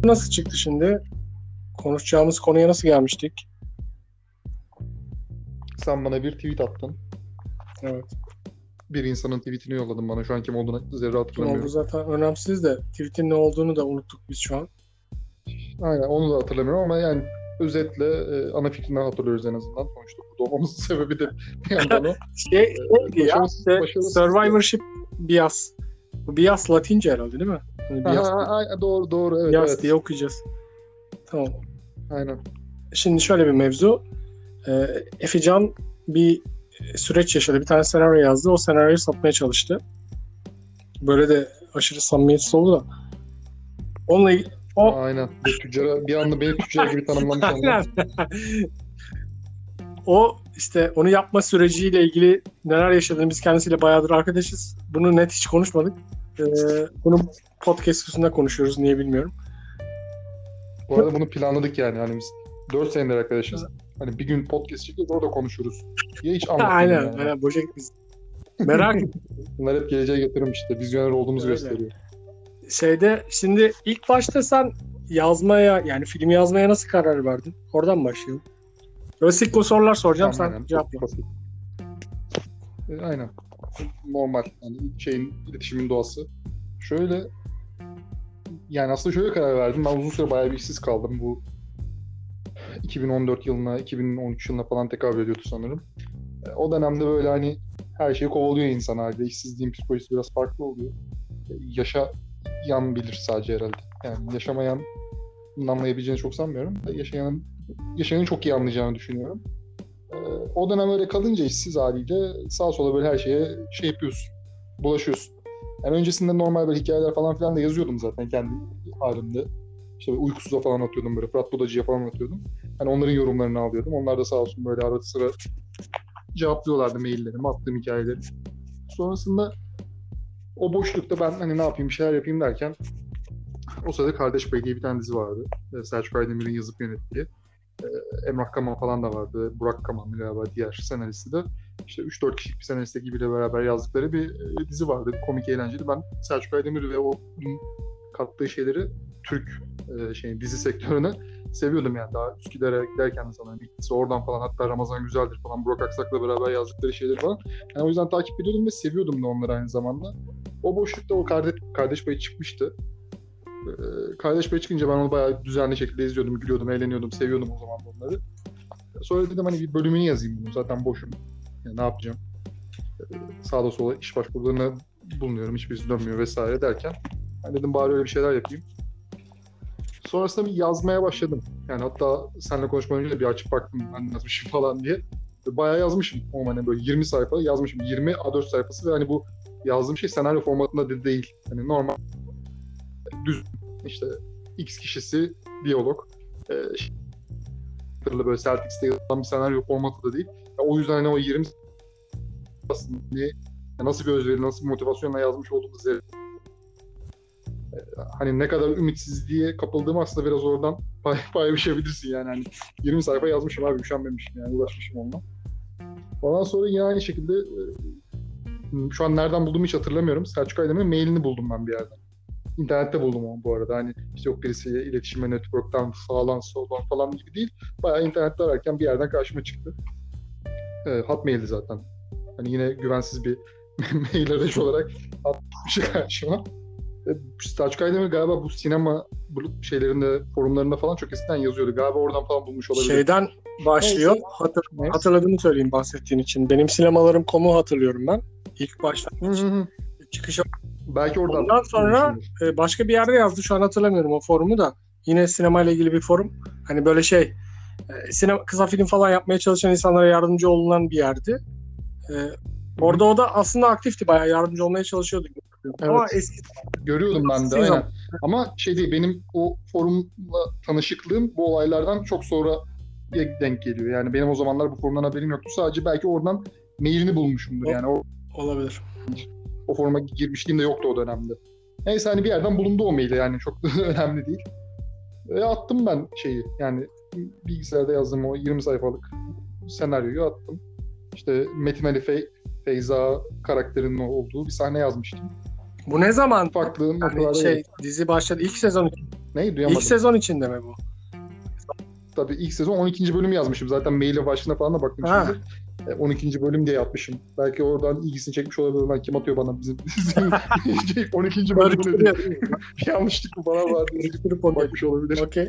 Nasıl çıktı şimdi? Konuşacağımız konuya nasıl gelmiştik? Sen bana bir tweet attın. Evet. Bir insanın tweetini yolladın bana. Şu an kim olduğunu zerre Kim hatırlamıyorum. olduğu zaten önemsiz de tweet'in ne olduğunu da unuttuk biz şu an. Aynen, onu da hatırlamıyorum ama yani özetle ana fikrinden hatırlıyoruz en azından. Sonuçta burada olmamızın sebebi de bir yandan o. Survivorship bias. Bu bias Latince herhalde değil mi? Yani doğru evet. Bias evet. diye okuyacağız. Tamam. Aynen. Şimdi şöyle bir mevzu. Efecan bir süreç yaşadı. Bir tane senaryo yazdı. O senaryoyu satmaya çalıştı. Böyle de aşırı samimiyetsiz oldu da. Onunla ilgili... Aynen. Bir anda beni tüccar gibi tanımlamış. Aynen. O işte onu yapma süreciyle ilgili neler yaşadığını biz kendisiyle bayağıdır arkadaşız. Bunu net hiç konuşmadık. Bunu podcast üstünde konuşuyoruz. Niye bilmiyorum. Bu arada bunu planladık yani. Hani biz 4 senedir arkadaşız. Hani bir gün podcast çekiyoruz, orada konuşuruz. Ya hiç anlatmıyorum yani. Aynen. Boşa gitmeyiz. Merak ettim. Bunlar hep geleceğe getirmiş işte. Vizyoner olduğumuzu Öyle. gösteriyor. Şimdi ilk başta sen yazmaya, yani film yazmaya nasıl karar verdin? Oradan başlayalım. Böyle sikko sorular soracağım, Aynen, sen cevapla. Aynen. Normal. Yani iletişimin doğası. Şöyle, yani aslında şöyle karar verdim. Ben uzun süre bayağı bir işsiz kaldım. Bu 2014 yılına, 2013 yılına falan tekabül ediyordu sanırım. O dönemde böyle hani her şeyi kovalıyor insan halde. İşsizliğin psikolojisi biraz farklı oluyor. Yaşayan bilir sadece herhalde. Yani yaşamayan anlayabileceğini çok sanmıyorum. Yaşayanın çok iyi anlayacağını düşünüyorum. O dönem öyle kalınca işsiz haliyle sağa sola böyle her şeye yapıyorsun. Bulaşıyorsun. Yani öncesinde normal böyle hikayeler falan filan da yazıyordum zaten kendi halimde. İşte uykusuza falan atıyordum böyle. Fırat Budacı'ya falan atıyordum. Hani onların yorumlarını alıyordum. Onlar da sağ olsun böyle arada sıra cevaplıyorlardı maillerimi, attığım hikayeleri. Sonrasında o boşlukta ben hani ne yapayım, bir şeyler yapayım derken o sırada Kardeş Payı diye bir tane dizi vardı. Selçuk Aydemir'in yazıp yönettiği. Emrah Kaman falan da vardı. Burak Kaman galiba diğer senaristi de. İşte 3-4 kişilik bir senarist ekibiyle beraber yazdıkları bir dizi vardı. Komik, eğlenceli. Ben Selçuk Aydemir ve o kattığı şeyleri Türk dizi sektörüne seviyordum yani. Daha Üsküdar'a giderken sana bittiyse oradan falan, hatta Ramazan Güzeldir falan, Burak Aksak'la beraber yazdıkları şeyleri falan. Yani o yüzden takip ediyordum ve seviyordum da onları aynı zamanda. O boşlukta o Kardeş Payı çıkmıştı. Kardeş Payı çıkınca ben onu bayağı düzenli şekilde izliyordum, gülüyordum, eğleniyordum, seviyordum o zaman onları. Sonra dedim hani bir bölümünü yazayım bunu, zaten boşum. Yani ne yapacağım? Sağda sola iş başvurularına bulunuyorum, hiçbirisi dönmüyor vesaire derken hani dedim bari öyle bir şeyler yapayım. Sonrasında bir yazmaya başladım. Yani hatta seninle konuşmadan önce de bir açıp baktım ben yazmışım falan diye. Bayağı yazmışım. Hani böyle 20 sayfa yazmışım. 20 A4 sayfası ve hani bu yazdığım şey senaryo formatında de değil. Hani normal düz işte X kişisi diyalog. Böyle Celtics'te yazılan bir senaryo formatı da değil. Yani o yüzden hani o 20 aslında nasıl bir özveri, nasıl bir motivasyonla yazmış olduğumuz hani ne kadar ümitsizliğe kapıldığımı aslında biraz oradan paylaşabilirsin yani. Hani 20 sayfa yazmışım abi, üşenmemişim yani, uğraşmışım onunla. Ondan sonra yine aynı şekilde şu an nereden bulduğumu hiç hatırlamıyorum. Selçuk Aydemir'in mailini buldum ben bir yerden. İnternette buldum onu bu arada. Hani işte yok birisiyle iletişime network'tan sağlan soldan falan gibi değil. Bayağı internette ararken bir yerden karşıma çıktı. Hotmail'di zaten. Hani yine güvensiz bir mail aracı olarak atmışı karşıma. Selçuk Aydemir galiba bu sinema şeylerinde, forumlarında falan çok eskiden yazıyordu. Galiba oradan falan bulmuş olabilir. Şeyden başlıyor. Hatırladığını söyleyeyim bahsettiğin için. Benim sinemalarım.com'u hatırlıyorum ben. İlk başlangıç. Çıkışa. Belki oradan. Ondan sonra başka bir yerde yazdı. Şu an hatırlamıyorum o forumu da. Yine sinema ile ilgili bir forum. Hani böyle sinema, kısa film falan yapmaya çalışan insanlara yardımcı olunan bir yerdi. Orada o da aslında aktifti. Bayağı yardımcı olmaya çalışıyordu. Evet. Ama eski görüyordum ben de aynen. Ama değil, benim o forumla tanışıklığım bu olaylardan çok sonra denk geliyor. Yani benim o zamanlar bu forumdan haberim yoktu. Sadece belki oradan mailini bulmuşumdur. Yani olabilir. O foruma girmişliğim de yoktu o dönemde. Neyse hani bir yerden bulundu o mail, yani çok önemli değil. Attım ben yani bilgisayarda yazdığım o 20 sayfalık senaryoyu attım. İşte Metin Ali Feyza karakterinin olduğu bir sahne yazmıştım. Bu ne zaman? Farklı dizi başladı. İlk sezon Neyi duyamadım. İlk sezon içinde mi bu? Tabii ilk sezon 12. bölüm yazmışım. Zaten maile başlığına falan da baktım Ha. şimdi. 12. bölüm diye yapmışım. Belki oradan ilgisini çekmiş olabilir. Lan kim atıyor bana bizim 12. bölümü ne diye. Bir yanlışlık mı falan var diye bakmış olabilir. Okey.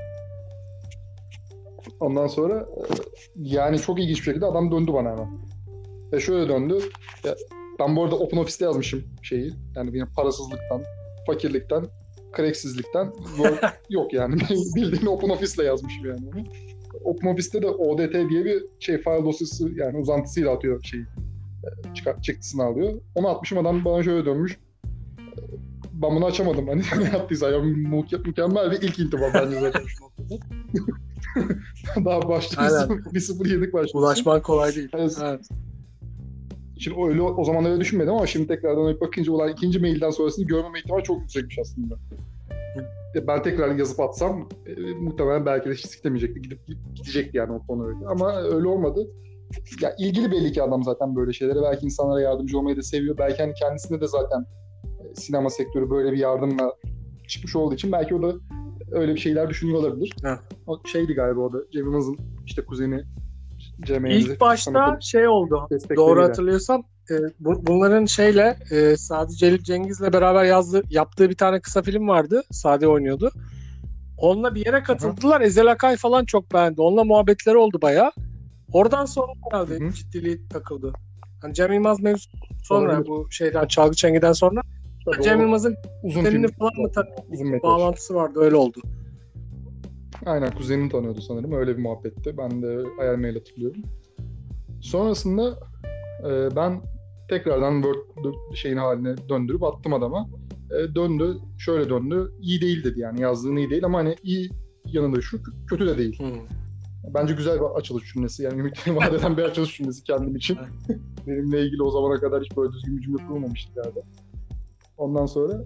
Ondan sonra yani çok ilginç bir şekilde adam döndü bana hemen. Şöyle döndü. Ya, ben bu arada Open Office'te yazmışım şeyi. Yani benim parasızlıktan, fakirlikten, cracksizlikten yok yani. Bildiğin Open Office'le yazmışım yani onu. Open Office'te de ODT diye bir file dosyası yani uzantısıyla atıyor şeyi. Çıktısını alıyor. Onu atmışım, adam bana şöyle dönmüş. Ben bunu açamadım. Hani ne yaptıysa ya mükemmel bir ilk intiba bence zaten şu noktada. Daha başta 1-0 yedik başta. Ulaşman kolay değil. Evet. Şimdi öyle, o zaman öyle düşünmedim ama şimdi tekrardan bakınca ikinci mailden sonrasını görmeme ihtimali çok yüksekmiş aslında. Ben tekrar yazıp atsam muhtemelen belki de hiç siklemeyecekti. Gidecekti yani o konu öyle. Ama öyle olmadı. Ya ilgili belli ki adam zaten böyle şeylere. Belki insanlara yardımcı olmayı da seviyor. Belki hani kendisinde de zaten sinema sektörü böyle bir yardımla çıkmış olduğu için belki o da öyle bir şeyler düşünüyor olabilir. Ha. O şeydi galiba o da. Cem Yılmaz'ın işte kuzeni Cem İlk başta şey oldu. Doğru hatırlıyorsam bunların Sadi Celil Cengiz'le beraber yaptığı bir tane kısa film vardı. Sadi oynuyordu. Onunla bir yere katıldılar. Ezel Akay falan çok beğendi. Onunla muhabbetleri oldu bayağı. Oradan sonra herhalde ciddiliği takıldı. Hani Cem Yılmaz mevzusu sonra olabilir. Bu şeyden Çalgı Çengi'den sonra tabii Cem Yılmaz'ın kuzenini falan mı bağlantısı vardı, öyle oldu. Aynen, kuzenini tanıyordu sanırım. Öyle bir muhabbetti. Ben de hayal mail hatırlıyorum. Sonrasında ben tekrardan Word şeyin haline döndürüp attım adama. Döndü. Şöyle döndü. İyi değil dedi yani. Yazdığın iyi değil ama hani iyi yanı da şu, kötü de değil. Bence güzel bir açılış cümlesi. Yani ümitleri vaat eden bir açılış cümlesi kendim için. Benimle ilgili o zamana kadar hiç böyle düzgün bir cümle kurulmamıştı galiba. Ondan sonra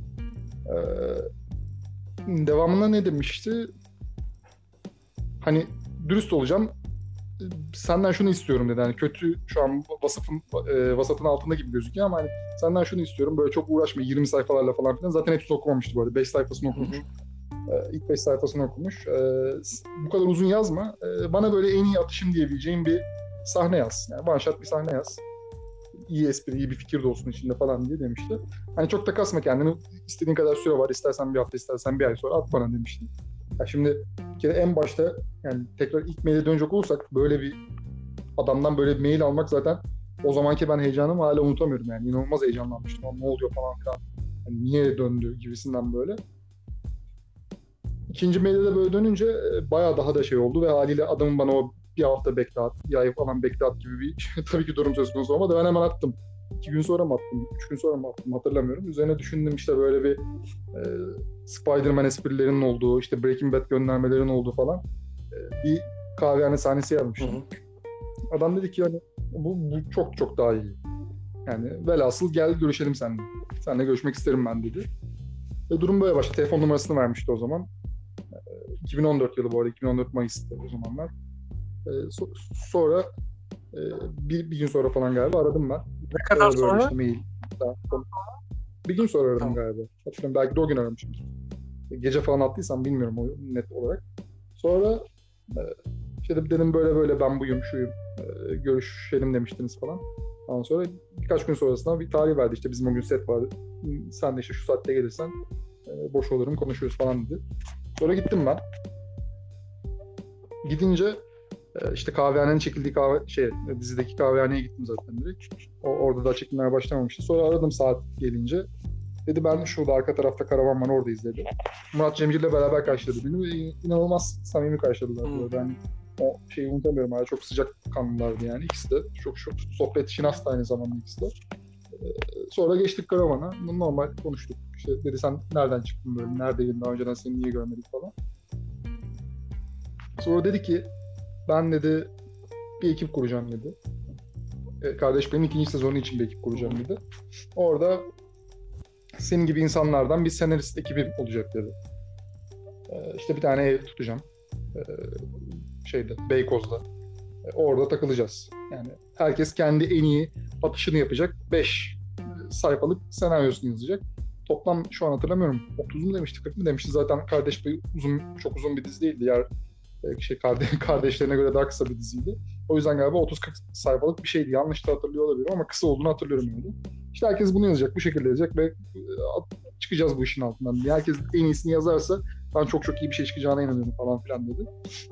devamında ne demişti? Hani dürüst olacağım. Senden şunu istiyorum dedi. Yani kötü şu an vasatın altında gibi gözüküyor ama hani senden şunu istiyorum. Böyle çok uğraşma 20 sayfalarla falan filan. Zaten hepsini okumamıştı bu arada. 5 sayfasını okumuş. İlk 5 sayfasını okumuş. Bu kadar uzun yazma. Bana böyle en iyi atışım diyebileceğim bir sahne yaz. Yani one shot bir sahne yaz. İyi espri, iyi bir fikir de olsun içinde falan diye demişti. Hani çok da kasma kendini. İstediğin kadar süre var. İstersen bir hafta, istersen bir ay sonra at bana demişti. Ya şimdi bir kere en başta yani tekrar ilk maile dönecek olursak böyle bir adamdan böyle bir mail almak zaten o zamanki ben heyecanımı hala unutamıyorum yani. İnanılmaz heyecanlanmıştım. Ne oluyor falan filan. Yani niye döndü gibisinden böyle. İkinci mailde de böyle dönünce bayağı daha da şey oldu ve haliyle adamın bana o bir hafta bekle at, bir ay falan bekle at gibi bir tabii ki durum söz konusu olmadı. Ben hemen attım. 2 gün sonra mı attım, 3 gün sonra mı attım hatırlamıyorum. Üzerine düşündüm işte böyle bir Spider-Man esprilerinin olduğu, işte Breaking Bad göndermelerinin olduğu falan bir kahvehane sahnesi yazmıştım. Adam dedi ki hani bu çok çok daha iyi. Yani velhasıl gel görüşelim seninle. Seninle görüşmek isterim ben dedi. Ve durum böyle başladı. Telefon numarasını vermişti o zaman. 2014 yılı bu arada. 2014 Mayıs'ta o zamanlar. Sonra bir gün sonra falan galiba aradım ben. Ne kadar sonra? Işte mail. Bir gün sonra aradım galiba. Hatırlıyorum, belki de o gün aramışım. Gece falan attıysam bilmiyorum o net olarak. Sonra işte dedim böyle böyle ben buyum şuyum. Görüşelim demiştiniz falan. Ondan sonra birkaç gün sonrasında bir tarih verdi. İşte bizim o gün set vardı. Sen de işte şu saatte gelirsen boş olurum konuşuruz falan dedi. Sonra gittim ben. Gidince işte kahvehanenin çekildiği dizideki kahvehaneye gittim zaten direkt. Orada da çekimler başlamamıştı. Sonra aradım saat gelince. Dedi ben şurada arka tarafta karavan var oradayız dedi. Murat Cemcir'le beraber karşıladı beni. İnanılmaz samimi karşıladılar. Ben o şeyi unutamıyorum. Hala çok sıcak kanlılardı yani ikisi de. Çok sohbet şinastı aynı zamanda ikisi de. Sonra geçtik karavana. Normal konuştuk. İşte dedi sen nereden çıktın böyle? Neredeydin daha önceden seni niye görmedik falan. Sonra dedi ki ben dedi bir ekip kuracağım dedi. Kardeş benim 2. sezonu için bir ekip kuracağım dedi. Orada senin gibi insanlardan bir senarist ekibim olacak dedi. İşte bir tane ev tutacağım. Beykoz'da. Orada takılacağız. Yani herkes kendi en iyi atışını yapacak. 5 sayfalık senaryosunu yazacak. toplam şu an hatırlamıyorum. 30 mu demişti, 40 mı demişti. Zaten Kardeş Payı çok uzun bir dizi değildi. Diğer kardeşlerine göre daha kısa bir diziydi. O yüzden galiba 30-40 sayfalık bir şeydi. Yanlış da hatırlıyor olabilirim ama kısa olduğunu hatırlıyorum öyle. İşte herkes bunu yazacak, bu şekilde yazacak ve çıkacağız bu işin altından. Herkes en iyisini yazarsa ben çok çok iyi bir şey çıkacağına inanıyorum falan filan dedi.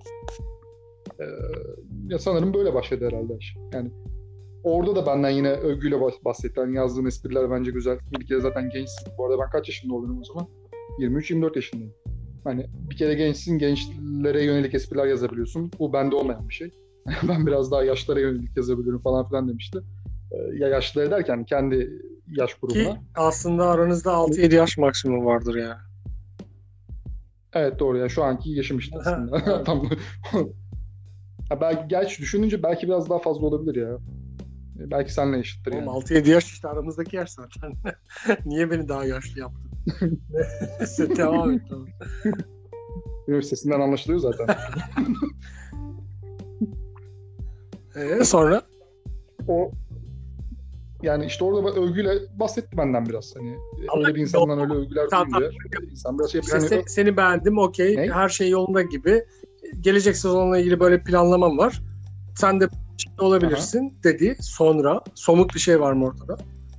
Ya sanırım böyle başladı herhalde. Yani orada da benden yine övgüyle bahsetti. Yani yazdığın espriler bence güzel. Bir kere zaten gençsin. Bu arada ben kaç yaşında oluyorum o zaman? 23-24 yaşındayım. Hani bir kere gençsin, gençlere yönelik espriler yazabiliyorsun. Bu bende olmayan bir şey. Ben biraz daha yaşlara yönelik yazabiliyorum falan filan demişti. Ya yaşlıları derken kendi yaş grubuna. Ki aslında aranızda 6-7 yaş maksimum vardır ya. Evet doğru ya. Şu anki yaşım işte aslında. Tam belki gerçi düşününce belki biraz daha fazla olabilir ya. Belki seninle eşittir yani. 6-7 yaş işte aramızdaki yaş zaten. Niye beni daha yaşlı yaptın? Devam et. Benim sesinden anlaşılıyor zaten. Sonra? O yani işte orada övgüyle bahsetti benden biraz. Hani öyle bir insandan öyle övgüler duyunca insan biraz şey yapıyor. İşte seni beğendim, okey. Her şey yolunda gibi. Gelecek sezonla ilgili böyle planlamam var. Sen de olabilirsin dedi. Sonra somut bir şey var mı ortada?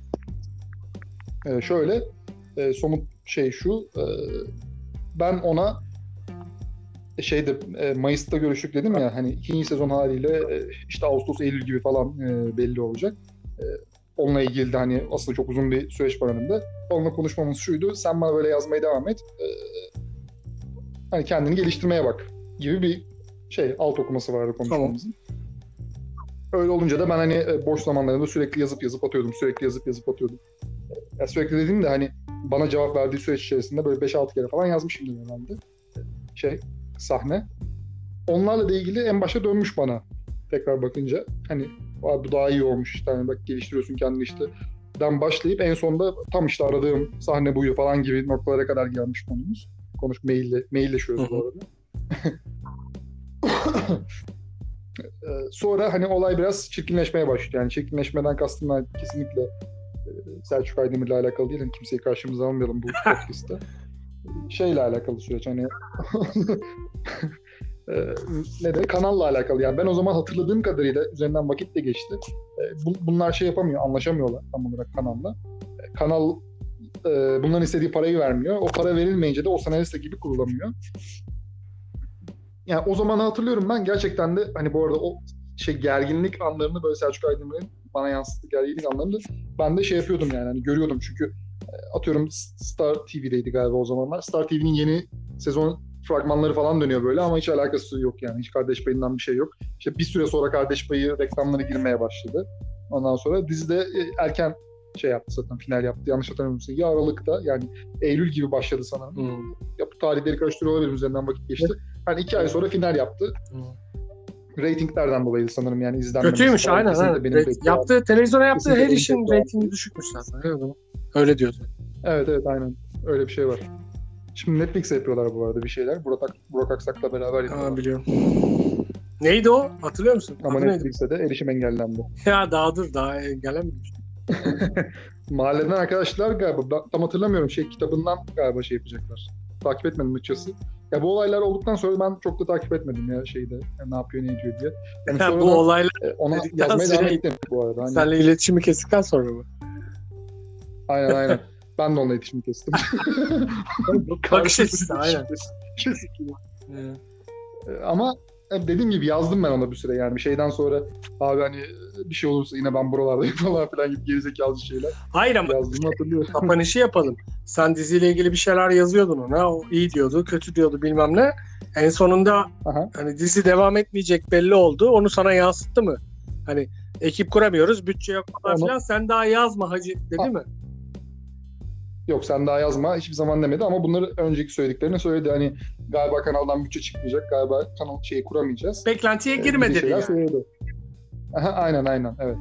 Şöyle somut şey şu. Ben ona Mayıs'ta görüştük dedim ya, hani ikinci sezon haliyle işte Ağustos, Eylül gibi falan belli olacak. Onunla ilgili de hani aslında çok uzun bir süreç var önümde. Onunla konuşmamız şuydu: sen bana böyle yazmaya devam et. Hani kendini geliştirmeye bak gibi bir alt okuması vardı konuşmamızın. Tamam. Öyle olunca da ben hani boş zamanlarında sürekli yazıp atıyordum. Ya sürekli dediğim de hani bana cevap verdiği süreç içerisinde böyle 5-6 kere falan yazmışımdır herhalde. Sahne. Onlarla da ilgili en başta dönmüş bana tekrar bakınca. Hani bu daha iyi olmuş işte, hani bak geliştiriyorsun kendini işte. Den başlayıp en sonunda tam işte aradığım sahne buyu falan gibi noktalara kadar gelmiş konumuz. Mailleşiyoruz bu arada. Sonra hani olay biraz çirkinleşmeye başlıyor. Yani çirkinleşmeden kastım kesinlikle Selçuk Aydemir'le alakalı değil. Yani kimseyi karşımıza almayalım bu podcast'ta. Şeyle alakalı süreç hani kanalla alakalı. Yani ben o zaman hatırladığım kadarıyla üzerinden vakit de geçti. Bunlar şey yapamıyor, anlaşamıyorlar tam olarak kanalla. Kanal bunların istediği parayı vermiyor. O para verilmeyince de o senarist gibi kurulamıyor. Yani o zaman hatırlıyorum ben gerçekten de hani bu arada o gerginlik anlarını böyle Selçuk Aydemir'in bana yansıttığı gerginlik anlarını ben de yapıyordum yani hani görüyordum çünkü atıyorum Star TV'deydi galiba o zamanlar. Star TV'nin yeni sezon fragmanları falan dönüyor böyle ama hiç alakası yok yani. Hiç Kardeş Payı'ndan bir şey yok. İşte bir süre sonra Kardeş Payı reklamları girmeye başladı. Ondan sonra dizide erken yaptı zaten, final yaptı. Yanlış hatırlamıyorsam ya Aralık'ta yani Eylül gibi başladı sanırım. Ya bu tarihleri karıştırıyor olabilir, üzerinden vakit geçti. Hani 2 ay sonra final yaptı. Ratinglerden dolayı sanırım yani izlenmesi. Kötüymüş aynen. Yaptığı televizyona yaptığı her işin reytingi düşükmüş zaten. Öyle diyordu. Evet aynen. Öyle bir şey var. Şimdi Netflix'e yapıyorlar bu arada bir şeyler. Burak Aksak'la beraber yapıyorlar. Biliyorum. Neydi o? Hatırlıyor musun? Ama Netflix'e de erişim engellendi. Ya daha engellenmemiş. Mahalleden arkadaşlar galiba, tam hatırlamıyorum, kitabından galiba yapacaklar. Takip etmedim açıkçası. Ya bu olaylar olduktan sonra ben çok da takip etmedim ya yani ne yapıyor ne ediyor diye. Yani bu olaylar ona yazmaya devam ettim bu arada. Hani... Seninle iletişimi kestikten sonra mı? Aynen. Ben de onunla iletişimi kestim. Bakış açısı aynen. Ama dediğim gibi yazdım ben ona bir süre yani bir şeyden sonra abi hani bir şey olursa yine ben buralardayım falan filan gibi gerizekalı şeyler. Hayır ama yazdığımı hatırlıyorum. Kapanışı yapalım. Sen diziyle ilgili bir şeyler yazıyordun ona. O iyi diyordu, kötü diyordu bilmem ne. En sonunda hani dizi devam etmeyecek belli oldu. Onu sana yansıttı mı? Hani ekip kuramıyoruz, bütçe yok falan filan. Sen daha yazma hacı dedi mi? Yok sen daha yazma hiçbir zaman demedi ama bunları önceki söylediklerini söyledi. Hani galiba kanaldan bütçe çıkmayacak, galiba kanal kuramayacağız. Beklentiye girme dedi yani. Söyledi. Aynen evet.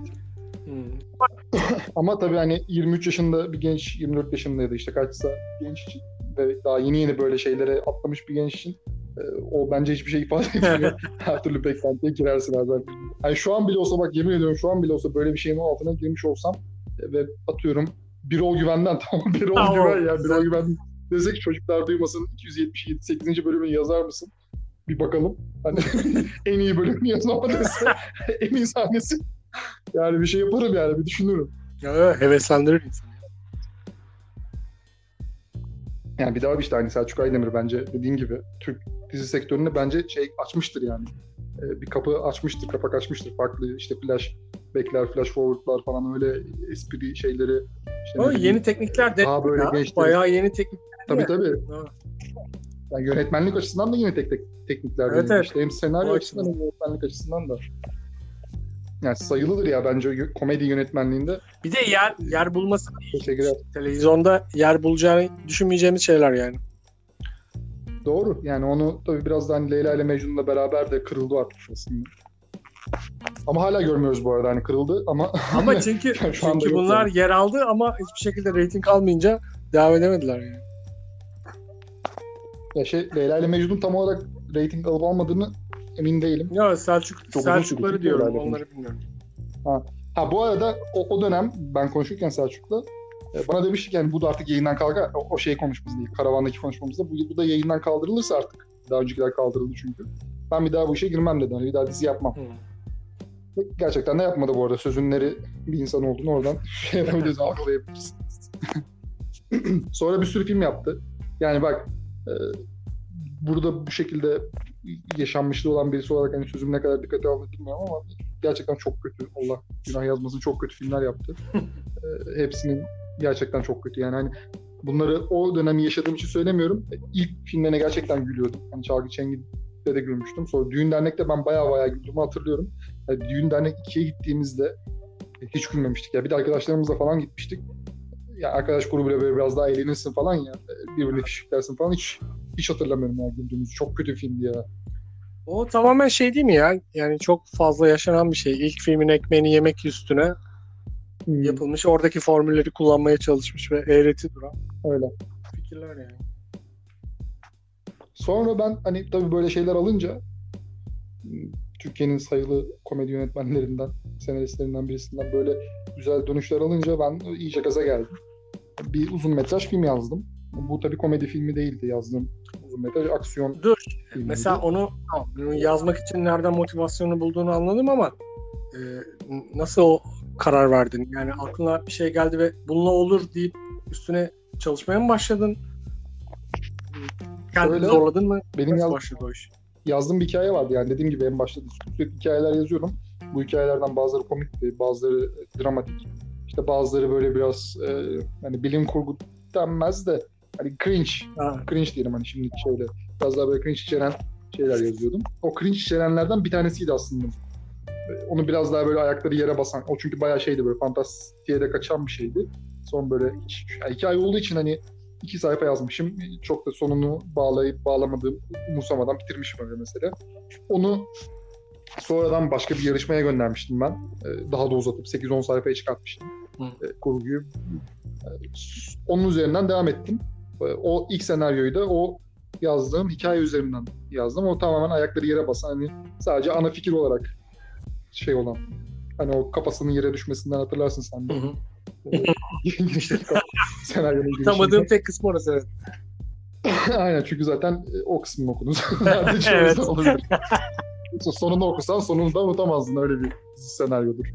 Ama tabii hani 23 yaşında bir genç, 24 yaşındaydı işte kaçsa genç için ve daha yeni böyle şeylere atlamış bir genç için o bence hiçbir şey ifade etmiyor. Her türlü beklentiye girersin zaten. Yani şu an bile olsa bak yemin ediyorum şu an bile olsa böyle bir şeyin altına girmiş olsam ve atıyorum Birol Güven'den tamam Birol Tamam, Güven ya güzel. Birol Güven desek çocuklar duymasın 277 8. bölümünü yazar mısın? Bir bakalım. Hani en iyi bölümünü yazama dese en iyi sahnesi. Yani bir şey yaparım yani bir düşünürüm. Ya, heveslendirir insanı. Yani bir daha işte hani Selçuk Aydemir bence dediğin gibi Türk dizi sektörüne bence şey açmıştır yani. Bir kapı açmıştır, kapak açmıştır. Farklı işte flashback'ler, flash forward'lar falan öyle espri şeyleri. İşte Ama yeni teknikler de daha böyle gençler. bayağı yeni teknikler. Tabii tabii. Ha. Yani yönetmenlik açısından da yine teknikler Evet, deniyor. evet. İşte hem senaryo O açısından hem yönetmenlik açısından da. Yani sayılıdır ya bence komedi yönetmenliğinde. Bir de yer bulması Teşekkürler. televizyonda yer bulacağını düşünmeyeceğimiz şeyler yani. Doğru. Yani onu tabii biraz da hani Leyla ile Mecnun'la beraber de kırıldı artık aslında. Ama hala görmüyoruz bu arada hani kırıldı ama Ama çünkü Yani şu anda çünkü yok bunlar yani. yer aldı ama hiçbir şekilde reyting almayınca devam edemediler yani. ya Leyla ile Mecnun tam olarak reyting alıp almadığını emin değilim. Ya Çok uzun Selçukları sürdü diyorum, Leyla ile onları bilmiyorum. Ha bu arada o dönem ben konuşurken Selçuk'la bana demişti ki yani bu da artık yayından kalkar. O şey konuşmamız değil. Karavandaki konuşmamızda bu da yayından kaldırılırsa artık. Daha öncekiler kaldırıldı çünkü. Ben bir daha bu işe girmem dedi. Hani bir daha dizi yapmam. Ve gerçekten de yapmadı bu arada. Sözünleri bir insan olduğunu oradan şey yapabiliriz, algılayabiliriz. Sonra bir sürü film yaptı. Yani bak burada bu şekilde yaşanmışlığı olan birisi olarak hani sözüm ne kadar dikkate alınır bilmiyorum ama gerçekten çok kötü. Allah günah yazmasın, çok kötü filmler yaptı. Hepsinin gerçekten çok kötü. Yani hani bunları o dönemi yaşadığım için söylemiyorum. İlk filmlerine gerçekten gülüyordum. Hani Çalgı Çengi'de de gülmüştüm. Sonra Düğün Dernek'te ben baya güldüğümü hatırlıyorum. Yani Düğün Dernek 2'ye gittiğimizde hiç gülmemiştik. Ya bir de arkadaşlarımızla falan gitmiştik. Ya arkadaş grubuyla böyle biraz daha eğlenirsin falan ya. Birbirine fişiklersin falan. Hiç hatırlamıyorum ya güldüğümüzü. Çok kötü filmdi ya. O tamamen şey değil mi ya? Yani çok fazla yaşanan bir şey. İlk filmin ekmeğini yemek üstüne yapılmış. Oradaki formülleri kullanmaya çalışmış ve eğreti duran Öyle. fikirler yani. Sonra ben hani tabii böyle şeyler alınca Türkiye'nin sayılı komedi yönetmenlerinden, senaristlerinden birisinden böyle güzel dönüşler alınca ben iyice gaza geldim. Bir uzun metraj film yazdım. Bu tabii komedi filmi değildi yazdığım uzun metraj aksiyon Dur. filmiydi. Mesela onu yazmak için nereden motivasyonu bulduğunu anladım ama nasıl o karar verdin? Yani aklına bir şey geldi ve bununla olur deyip üstüne çalışmaya mı başladın? Kendini Şöyle, zorladın mı? Benim Nasıl başladı o iş? yazdığım bir hikaye vardı yani dediğim gibi en başta sürekli hikayeler yazıyorum. Bu hikayelerden bazıları komikti, bazıları dramatik. İşte bazıları böyle biraz hani bilim kurgu denmez de hani cringe diyelim hani şimdiki şeyle. Biraz daha böyle cringe içeren şeyler yazıyordum. O cringe içerenlerden bir tanesiydi aslında. Onu biraz daha böyle ayakları yere basan, o çünkü bayağı şeydi böyle fantastiğe de kaçan bir şeydi. Son böyle yani hikaye olduğu için hani 2 sayfa yazmışım. Çok da sonunu bağlayıp bağlamadığım, umursamadan bitirmişim öyle mesela. Onu sonradan başka bir yarışmaya göndermiştim ben. Daha da uzatıp 8-10 sayfaya çıkartmıştım kurguyu. Onun üzerinden devam ettim. O ilk senaryoyu da o yazdığım hikaye üzerinden yazdım. O tamamen ayakları yere basan hani sadece ana fikir olarak şey olan. Hani o kafasının yere düşmesinden hatırlarsın sen de. Senaryonun Tutamadığım tek kısmı orası. Evet. Aynen çünkü zaten o kısmını okudun. Sadece Evet. olabilir. Sonunu okusan sonunu da unutamazdın. Öyle bir senaryodur.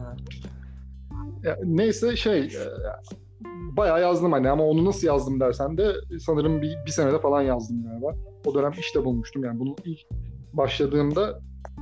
Ya, neyse bayağı yazdım hani ama onu nasıl yazdım dersen de sanırım bir senede falan yazdım galiba. O dönem işte bulmuştum yani bunu ilk başladığımda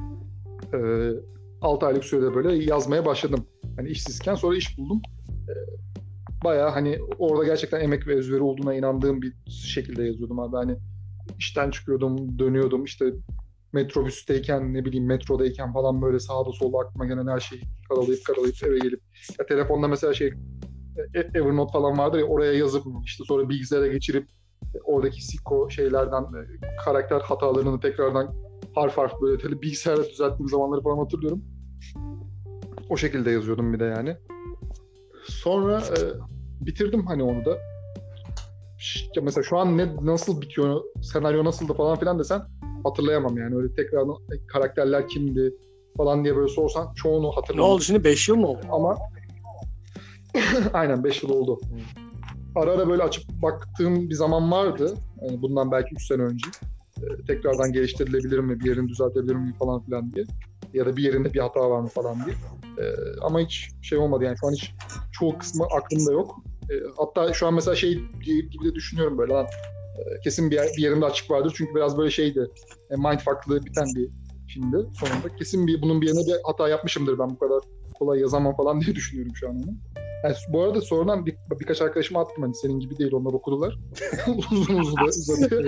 6 aylık sürede böyle yazmaya başladım. Hani işsizken sonra iş buldum. Bayağı hani orada gerçekten emek ve özveri olduğuna inandığım bir şekilde yazıyordum abi. Hani işten çıkıyordum, dönüyordum işte metrobüsteyken ne bileyim metrodayken falan böyle sağda solda aklıma gelen her şeyi karalayıp eve gelip ya telefonda mesela Evernote falan vardır ya oraya yazıp işte sonra bilgisayara geçirip oradaki sikko şeylerden karakter hatalarını tekrardan harf böyle bilgisayarda düzelttiğim zamanları falan hatırlıyorum. O şekilde yazıyordum bir de yani. Sonra bitirdim hani onu da. Mesela şu an nasıl bitiyor, senaryo nasıldı falan filan desen hatırlayamam yani. Öyle tekrar karakterler kimdi falan diye böyle sorsan çoğunu Ne hatırlamam. oldu şimdi? 5 yıl mı oldu? Ama Aynen 5 yıl oldu. Ara ara böyle açıp baktığım bir zaman vardı. Yani bundan belki 3 sene önce. Tekrardan geliştirilebilir mi, bir yerini düzeltebilir mi falan filan diye. Ya da bir yerinde bir hata var mı falan diye. Ama hiç şey olmadı yani şu an hiç çoğu kısmı aklımda yok. Hatta şu an mesela şey gibi de düşünüyorum böyle lan. Kesin bir yerinde açık vardır çünkü biraz böyle şeydi. Mindfuck'lı biten bir filmdi sonunda. Kesin bunun bir yerine bir hata yapmışımdır ben bu kadar kolay yazamam falan diye düşünüyorum şu an onu. Yani bu arada sonradan birkaç arkadaşıma attım hani senin gibi değil onlar okudular. Uzun uzadı.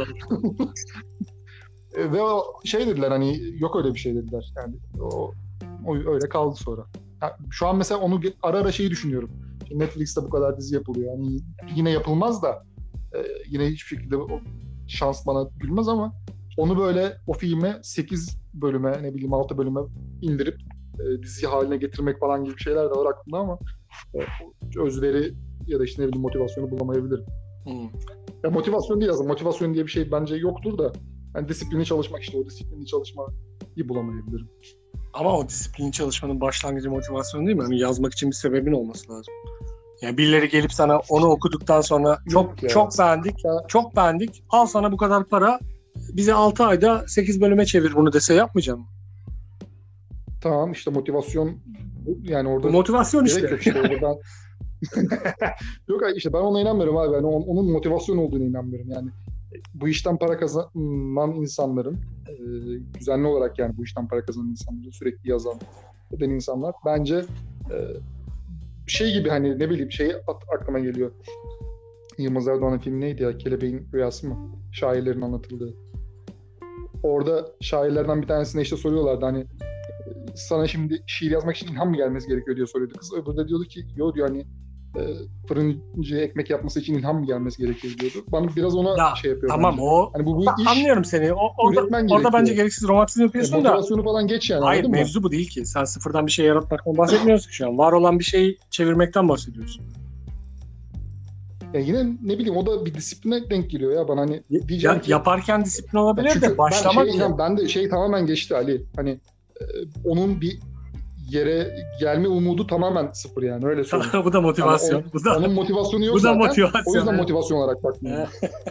Ve o şey dediler hani yok öyle bir şey dediler. Yani o öyle kaldı sonra. Yani şu an mesela onu ara ara şeyi düşünüyorum. Netflix'te bu kadar dizi yapılıyor. Yani yine yapılmaz da yine hiçbir şekilde o şans bana gülmez ama onu böyle o filmi 8 bölüme ne bileyim 6 bölüme indirip dizi haline getirmek falan gibi şeyler de var aklımda ama özveri ya da işte ne bileyim motivasyonu bulamayabilirim. Ya motivasyon değil aslında. Motivasyon diye bir şey bence yoktur da yani disiplini çalışmak işte o disiplini çalışmayı bulamayabilirim. Ama o disiplin çalışmanın başlangıcı motivasyon değil mi? Yani yazmak için bir sebebin olması lazım. Yani birileri gelip sana onu okuduktan sonra çok beğendik. Al sana bu kadar para. Bize 6 ayda 8 bölüme çevir bunu dese yapmayacağım. Tamam işte motivasyon yani orada Bu motivasyon gerek işte. yok işte orada ben yok işte ben ona inanmıyorum abi. Yani onun motivasyon olduğunu inanmıyorum. Yani bu işten para kazanan insanların düzenli olarak yani bu işten para kazanan insanların sürekli yazan eden insanlar bence şey gibi hani ne bileyim şey aklıma geliyor. Yılmaz Erdoğan'ın filmi neydi ya? Kelebeğin Rüyası mı? Şairlerin anlatıldığı. Orada şairlerden bir tanesine işte soruyorlardı hani sana şimdi şiir yazmak için ilham mı gelmesi gerekiyor diye soruyordu kız. Öbürü de diyordu ki yo diyor hani fırıncı ekmek yapması için ilham mı gelmesi gerekiyor diyordu. Ben biraz ona şey yapıyorum. Tamam bence. o. Hani bu iş Anlıyorum seni. Orada bence gereksiz romantizm yapıyorsun da. Motivasyonu falan geç yani. Hayır mevzu bu değil ki. Sen sıfırdan bir şey yaratmaktan bahsetmiyorsun şu an. Var olan bir şeyi çevirmekten bahsediyorsun. Ya yine ne bileyim o da bir disipline denk geliyor ya bana hani diyeceğim ki yaparken disiplin olabilir de başlamak ben de şey tamamen geçti Ali. Hani onun bir yere gelme umudu tamamen sıfır yani öyle söyleyeyim. Bu da motivasyon. Yani onun motivasyonu yok zaten. Motivasyon. O yüzden motivasyon olarak bakmıyorum.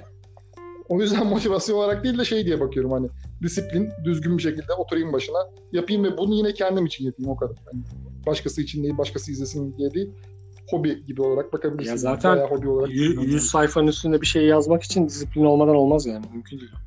O yüzden motivasyon olarak değil de şey diye bakıyorum hani disiplin, düzgün bir şekilde oturayım başına yapayım ve bunu yine kendim için yapayım o kadar. Yani başkası için değil, başkası izlesin diye değil. Hobi gibi olarak bakabilirsin. Ya zaten hobi olarak 100 sayfanın üstünde bir şey yazmak için disiplin olmadan olmaz yani. Mümkün değil.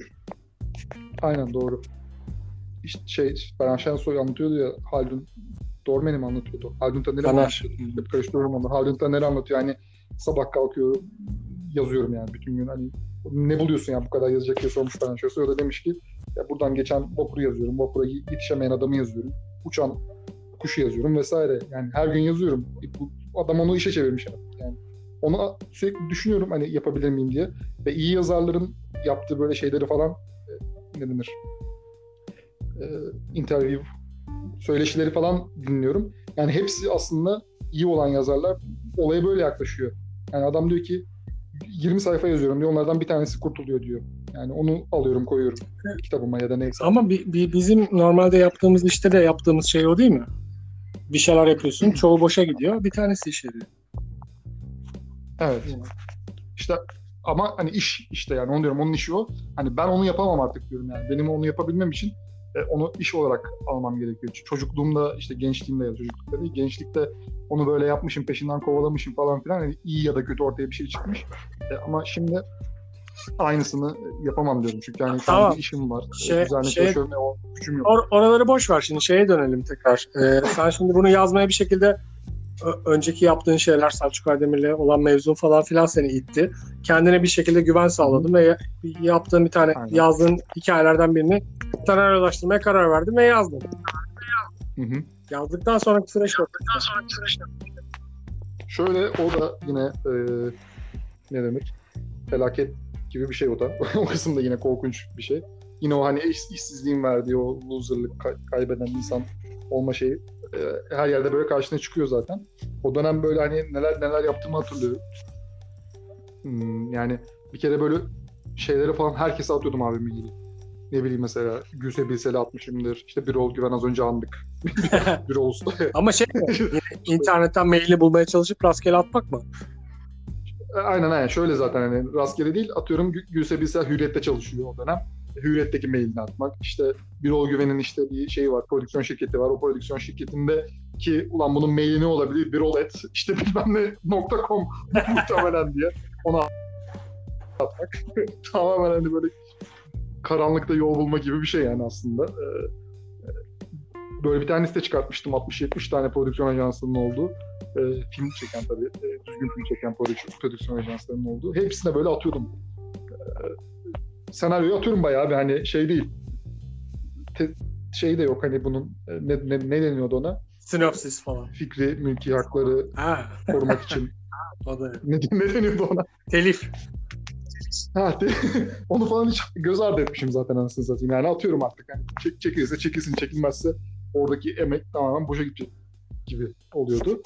Aynen doğru. İşte Beren Şensoy anlatıyordu ya Haldun Dormen'i mi anlatıyordu? Haldun Taner'i anlatıyordu. Hep karıştırıyorum onu. Haldun Taner'i anlatıyor. Yani sabah kalkıyorum yazıyorum yani bütün gün. Hani ne buluyorsun ya bu kadar yazacak diye sormuş Beren Şensoy. O da demiş ki ya buradan geçen vapuru yazıyorum. Vapura yetişemeyen adamı yazıyorum. Uçan kuşu yazıyorum vesaire. Yani her gün yazıyorum. Bu adam onu işe çevirmiş yani. Onu sürekli düşünüyorum hani yapabilir miyim diye. Ve iyi yazarların yaptığı böyle şeyleri falan ne denir? Interview söyleşileri falan dinliyorum. Yani hepsi aslında iyi olan yazarlar olaya böyle yaklaşıyor. Yani adam diyor ki 20 sayfa yazıyorum diyor. Onlardan bir tanesi kurtuluyor diyor. Yani onu alıyorum koyuyorum kitabıma ya da neyse. Ama bizim normalde yaptığımız işte de yaptığımız şey o değil mi? Bir şeyler yapıyorsun. Çoğu boşa gidiyor. Bir tanesi işe yarıyor. Evet. İşte ama hani iş işte yani onu diyorum onun işi o. Hani ben onu yapamam artık diyorum yani. Benim onu yapabilmem için onu iş olarak almam gerekiyor. Çocukluğumda işte gençliğimde ya çocuklukta değil gençlikte onu böyle yapmışım peşinden kovalamışım falan filan. Yani iyi ya da kötü ortaya bir şey çıkmış. Ama şimdi aynısını yapamam diyorum. Çünkü yani tamam. Bir işim var. Düzenli çalışıyorum ve o gücüm yok. Oraları boş ver şimdi şeye dönelim tekrar. Sen şimdi bunu yazmaya bir şekilde önceki yaptığın şeyler Selçuk Aydemir'le olan mevzu falan filan seni itti. Kendine bir şekilde güven sağladın ve yaptığın bir tane yazdığın hikayelerden birini senaryolaştırmaya karar verdin ve yazdın. Yazdıktan sonraki süreç şöyle o da yine ne demek felaket gibi bir şey o da. O kısımda yine korkunç bir şey. Yine o hani işsizliğin verdiği o loserlık kaybeden insan olma şeyi her yerde böyle karşına çıkıyor zaten. O dönem böyle hani neler yaptığımı hatırlıyorum. Yani bir kere böyle şeyleri falan herkese atıyordum abime ilgili. Ne bileyim mesela Gülse Birsel'i atmışımdır. İşte Birol Güven az önce andık. Birol Usta. Ama yine internetten maili bulmaya çalışıp rastgele atmak mı? Aynen. Şöyle zaten hani rastgele değil. Atıyorum Gülse Birsel Hürriyet'te çalışıyor o dönem. Hürriyet'teki mailini atmak. İşte Birol Güven'in işte bir şeyi var. Prodüksiyon şirketi var. O prodüksiyon şirketinde ki ulan bunun maili ne olabilir? Birol et işte bilmem ne .com muhtemelen diye ona atmak. Tamamen hani böyle karanlıkta yol bulma gibi bir şey yani aslında. Böyle bir tane liste çıkartmıştım. 60-70 tane prodüksiyon ajansının olduğu. Film çeken tabii. Düzgün film çeken prodüksiyon ajanslarının olduğu. Hepsine böyle atıyordum. Senaryoyu atıyorum bayağı bir hani şey değil. Şey de yok hani bunun ne deniyordu ona? Sinopsis falan. Fikri, mülki hakları korumak için. O da. Ne deniyordu ona? Telif. Onu falan hiç göz ardı etmişim zaten anasını satayım. Yani atıyorum artık. Yani çekilirse çekilsin, çekilmezse oradaki emek tamamen boşa gidecek gibi oluyordu.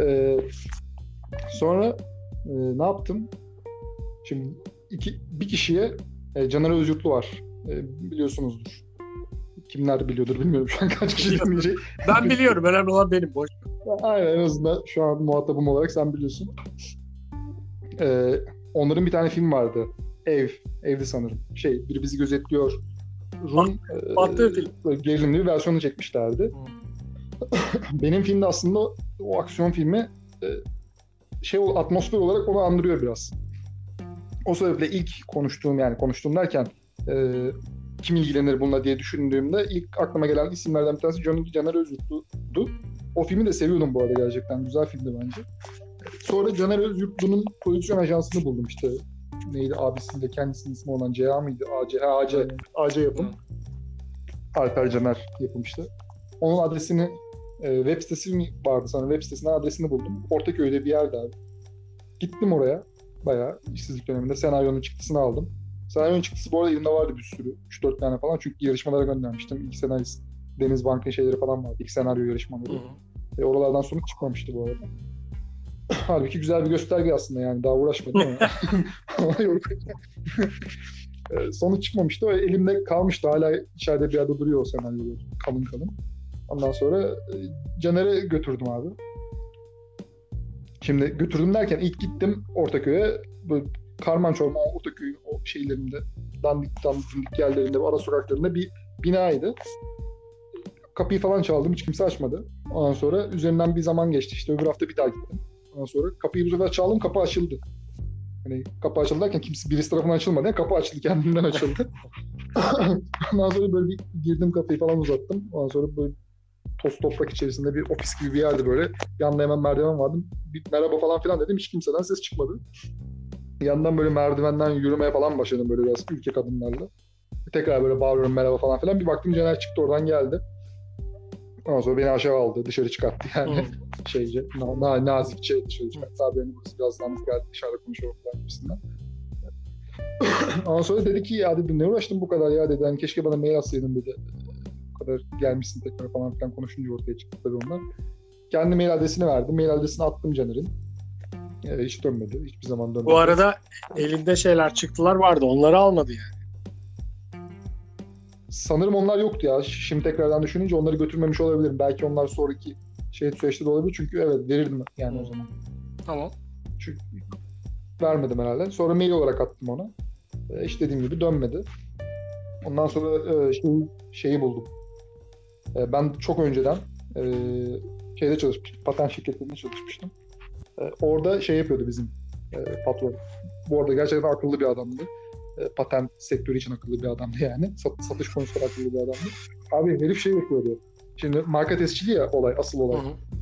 Sonra ne yaptım? Şimdi bir kişiye Caner Özyurtlu var. Biliyorsunuzdur. Kimler biliyordur bilmiyorum şu an kaç kişi dinleyecek. Ben biliyorum. Önemli olan benim. Boş. Aynen en azından şu an muhatabım olarak sen biliyorsun. Onların bir tane film vardı. Evdi sanırım. Biri bizi gözetliyor. Battığı film. Gerilimli bir versiyonu çekmişlerdi. Benim filmde aslında o aksiyon filmi atmosfer olarak onu andırıyor biraz. O sebeple ilk konuştuğum derken kim ilgilenir bununla diye düşündüğümde ilk aklıma gelen isimlerden bir tanesi Caner Özyurtlu'du. O filmi de seviyordum bu arada gerçekten. Güzel filmdi bence. Sonra Caner Özyurtlu'nun prodüksiyon ajansını buldum işte. Neydi abisiyle kendisinin ismi olan CA mıydı? AC yapım. Alper Caner yapım işte. Onun adresini web sitesi mi vardı sanırım. Web sitesine adresini buldum. Ortaköy'de bir yerde abi. Gittim oraya. Bayağı işsizlik döneminde senaryonun çıktısını aldım. Senaryonun çıktısı bu arada elimde vardı bir sürü. 3-4 tane falan. Çünkü yarışmalara göndermiştim. İlk senarist Deniz Bank'ın şeyleri falan vardı. İlk senaryo yarışmaları. Oralardan sonuç çıkmamıştı bu arada. Halbuki güzel bir gösterge aslında yani. Daha uğraşmadım ama. Sonuç çıkmamıştı. O elimde kalmıştı. Hala içeride bir yerde duruyor o senaryolar. Kalın kalın. Ondan sonra Caner'e götürdüm abi. Şimdi götürdüm derken ilk gittim Ortaköy'e. Böyle karman çorman Ortaköy'ün o şeylerinde dandik yerlerinde, ara sokaklarında bir binaydı. Kapıyı falan çaldım. Hiç kimse açmadı. Ondan sonra üzerinden bir zaman geçti. İşte öbür hafta bir daha gittim. Ondan sonra kapıyı bu sefer çaldım. Kapı açıldı. Hani kapı açıldı derken birisi tarafından açılmadı. Yani kapı açıldı. Kendimden açıldı. Ondan sonra böyle bir girdim kapıyı falan uzattım. Ondan sonra böyle toz toprak içerisinde bir ofis gibi bir yerde böyle. Yanında hemen merdiven vardı. Bir merhaba falan filan dedim. Hiç kimseden ses çıkmadı. Yandan böyle merdivenden yürümeye falan başladım böyle biraz ülke kadınlarla. Tekrar böyle bağırıyorum merhaba falan filan. Bir baktım Caner çıktı oradan geldi. Ondan sonra beni aşağı aldı. Dışarı çıkarttı yani. Nazikçe dışarı çıkarttı. Abi benim burası biraz yalnız geldi. Dışarıda konuşuyorum falan gibisinden. Ondan sonra dedi ki ya dedim ne uğraştın bu kadar ya dedi. Hani keşke bana mail atsaydın dedi. Bu kadar gelmişsin tekrar falan filan konuşunca ortaya çıktı tabii onlar. Kendi mail adresini verdim. Mail adresini attım Caner'in. Hiç dönmedi. Hiçbir zaman dönmedi. Bu arada elinde çıktılar vardı. Onları almadı yani. Sanırım onlar yoktu ya. Şimdi tekrardan düşününce onları götürmemiş olabilirim. Belki onlar sonraki süreçte de olabilir. Çünkü evet verirdim yani o zaman. Tamam. Çünkü vermedim herhalde. Sonra mail olarak attım ona. İşte dediğim gibi dönmedi. Ondan sonra şeyi buldum. Ben çok önceden çalışmıştım. Patent şirketlerinde çalışmıştım. Orada yapıyordu bizim patron. Bu arada gerçekten akıllı bir adamdı. Patent sektörü için akıllı bir adamdı yani. Satış konusunda akıllı bir adamdı. Abi herif yapıyordu. Şimdi marka tescili ya asıl olay.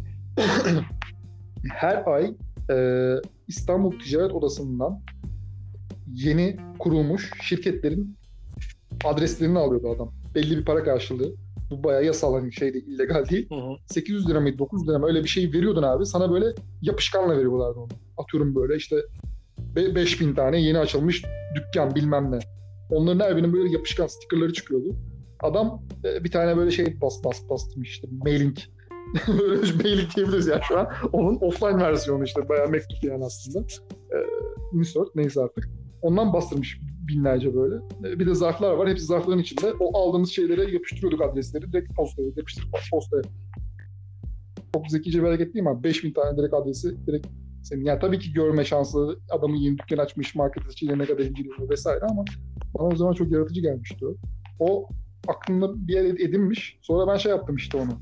Her ay İstanbul Ticaret Odası'ndan yeni kurulmuş şirketlerin adreslerini alıyordu adam. Belli bir para karşılığı. Bu bayağı yasal hani illegal değil. 800 lira mıydı 900 lira mı öyle bir şey veriyordun abi. Sana böyle yapışkanla veriyorlardı onu. Atıyorum böyle işte 5000 tane yeni açılmış dükkan bilmem ne. Onların her birinin böyle yapışkan stickerları çıkıyordu. Adam bir tane böyle bastırmış işte mailing. Böyle mailing diyebiliriz yani şu an. Onun offline versiyonu işte bayağı mektup yani aslında. Insert neyse artık. Ondan bastırmış binlerce böyle. Bir de zarflar var. Hepsi zarfların içinde. O aldığımız şeylere yapıştırıyorduk adresleri. Direkt postaya yapıştırıp postaya. Çok zekice bir hareket değil mi abi? 5000 tane direkt adresi direkt senin. Yani tabii ki görme şansı, adamın yeni dükkan açmış, market açısıyla ne kadar ilgileniyor vesaire ama bana o zaman çok yaratıcı gelmişti o. O aklımda bir yer edinmiş. Sonra ben şey yaptım işte onu.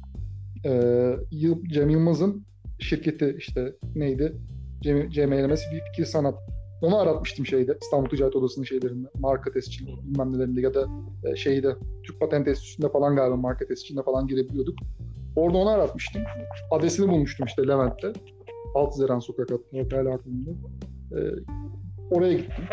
Cem Yılmaz'ın şirketi işte neydi? Cem Eğlemez Fikir Sanat. Onu aratmıştım şeyde. İstanbul Ticaret Odası'nın şeylerinde. Marka tescilli bilmem nelerinde ya da şeyde Türk Patent Enstitüsü'nde falan galiba marka tescilinde falan girebiliyorduk. Orada onu aratmıştım. Adresini bulmuştum işte Levent'te. Altızeran Sokak adlı hala aklımda. Oraya gittim.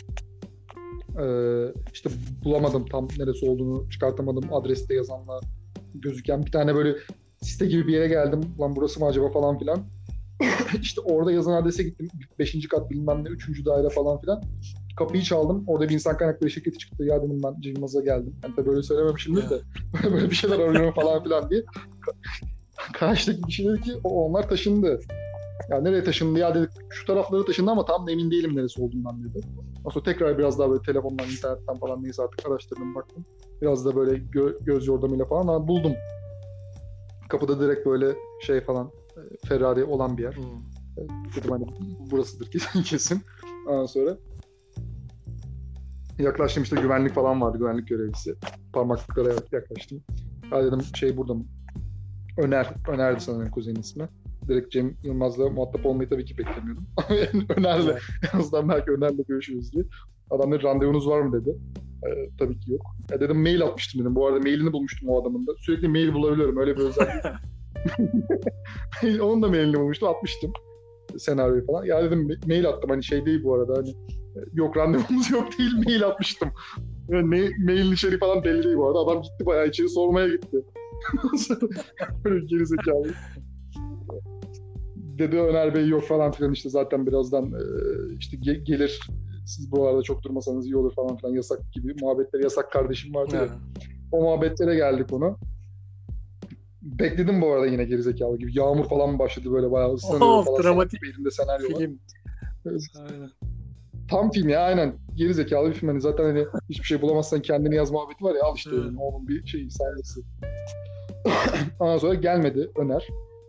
İşte bulamadım tam neresi olduğunu çıkartamadım. Adreste yazanla gözüken bir tane böyle site gibi bir yere geldim. Lan burası mı acaba falan filan. İşte orada yazan adrese gittim. 5. kat bilmem ne 3. daire falan filan. Kapıyı çaldım. Orada bir insan kaynakları şirketi çıktı. Ya dedim ben Cem Yılmaz'a geldim. Yani tabii böyle söylememişimdir de. Böyle bir şeyler arıyorum falan filan diye. Karşıdaki kişi dedi ki onlar taşındı. Ya nereye taşındı ya dedik. Şu tarafları taşındı ama tam emin değilim neresi olduğundan dedi. Ondan sonra tekrar biraz daha böyle telefondan, internetten falan neyse artık araştırdım baktım. Biraz da böyle göz yordamıyla falan ama buldum. Kapıda direkt böyle şey falan Ferrari olan bir yer. Dedim hani burasıdır kesin. Ondan sonra yaklaştım işte güvenlik falan vardı, güvenlik görevlisi. Parmaklıklara yaklaştım. Ya dedim şey burada mı? Önerdi sanırım kuzenin ismi. Direkt Cem Yılmaz'la muhatap olmayı tabii ki beklemiyordum. Öner'le, en azından belki Öner'le görüşürüz diye. Adam dedi randevunuz var mı dedi. Tabii ki yok. Ya dedim mail atmıştım dedim. Bu arada mailini bulmuştum o adamın da. Sürekli mail bulabiliyorum. Öyle bir özellik. Onun da mailini bulmuştum. Atmıştım. Senaryoyu falan. Ya dedim mail attım. Hani şey değil bu arada. Hani yok randevumuz yok değil. Mail atmıştım. Yani mailin içeriği falan belli değil bu arada. Adam gitti bayağı içeri sormaya gitti. Böyle gerizekalı. Dedi Öner Bey yok falan filan işte zaten birazdan işte gelir siz buralarda çok durmasanız iyi olur falan filan yasak gibi muhabbetleri yasak kardeşim vardı ya. O muhabbetlere geldik onu. Bekledim bu arada yine gerizekalı gibi. Yağmur falan başladı böyle bayağı ıslanıyor falan. Dramatik elinde senaryo film. Evet. Aynen. Tam film ya aynen. Gerizekalı bir film. Hani zaten hani hiçbir şey bulamazsan kendini yaz muhabbeti var ya al işte yani. Onun bir şeyi sahnesi. Ondan sonra gelmedi Öner.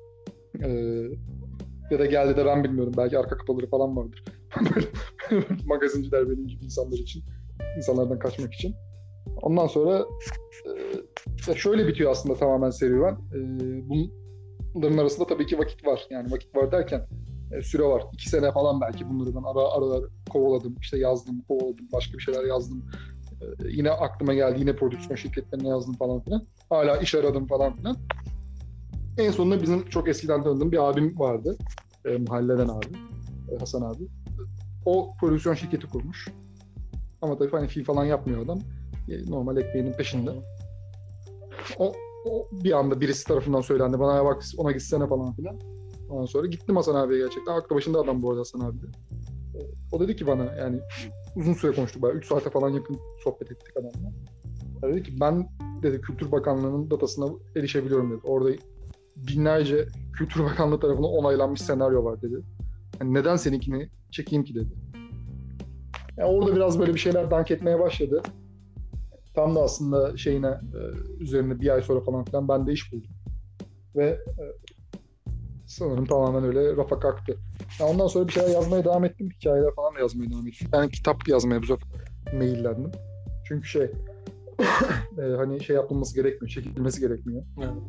Ya da geldi de ben bilmiyorum. Belki arka kapaları falan vardır. Magazinciler benim gibi insanlar için. İnsanlardan kaçmak için. Ondan sonra şöyle bitiyor aslında tamamen serüven. Bunların arasında tabii ki vakit var. Yani vakit var derken süre var. 2 sene falan belki bunları ben ara kovaladım. İşte yazdım, kovaladım. Başka bir şeyler yazdım. Yine aklıma geldi. Yine prodüksiyon şirketlerine yazdım falan filan. Hala iş aradım falan filan. En sonunda bizim çok eskiden tanıdığım bir abim vardı. Mahalleden abi. Hasan abi. O prodüksiyon şirketi kurmuş. Ama tabii hani film falan yapmıyor adam. Normal ekmeğinin peşinde. O bir anda birisi tarafından söylendi. Bana ya bak ona gitsene falan filan. Ondan sonra gittim Hasan abiye gerçekten. Aklı başında adam bu arada Hasan abi de. O dedi ki bana yani uzun süre konuştuk. Bayağı 3 saate falan yakın sohbet ettik adamla. Dedi ki ben dedi Kültür Bakanlığı'nın datasına erişebiliyorum dedi. Orada binlerce Kültür Bakanlığı tarafından onaylanmış senaryo var dedi. Yani neden seninkini çekeyim ki dedi. Yani orada biraz böyle bir şeyler dank etmeye başladı. Tam da aslında üzerine bir ay sonra falan filan ben de iş buldum. Ve sanırım tamamen öyle rafa kalktı. Yani ondan sonra bir şeyler yazmaya devam ettim. Hikayeler falan da yazmaya devam ettim. Yani kitap yazmaya bu sefer maillendim. Çünkü hani şey yapılması gerekmiyor, çekilmesi gerekmiyor.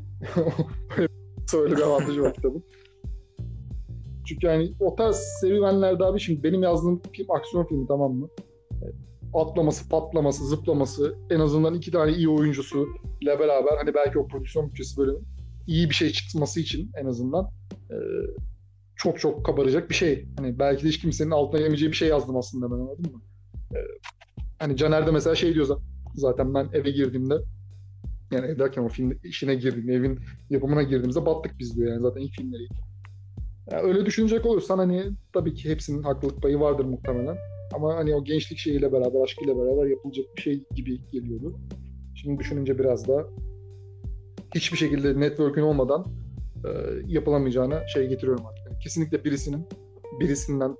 Öyle bir avantajı var kitabın. Çünkü yani o tarz serüvenlerde abi şimdi benim yazdığım film aksiyon filmi tamam mı? Atlaması, patlaması, zıplaması, en azından 2 tane iyi oyuncusu ile beraber hani belki o prodüksiyon bütçesi böyle iyi bir şey çıkması için en azından çok çok kabaracak bir şey. Hani belki de hiç kimsenin altına yemeyeceği bir şey yazdım aslında ben anladın mı? Hani Caner'de mesela şey diyor zaten ben eve girdiğimde yani ev derken o film işine girdiğimde, evin yapımına girdiğimizde battık biz diyor yani zaten ilk filmleriydi. Yani öyle düşünecek olursan hani tabii ki hepsinin haklılık payı vardır muhtemelen. Ama hani o gençlik şeyiyle beraber, aşkıyla beraber yapılacak bir şey gibi geliyordu. Şimdi düşününce biraz da hiçbir şekilde network'ün olmadan yapılamayacağına şey getiriyorum artık. Yani kesinlikle birisinden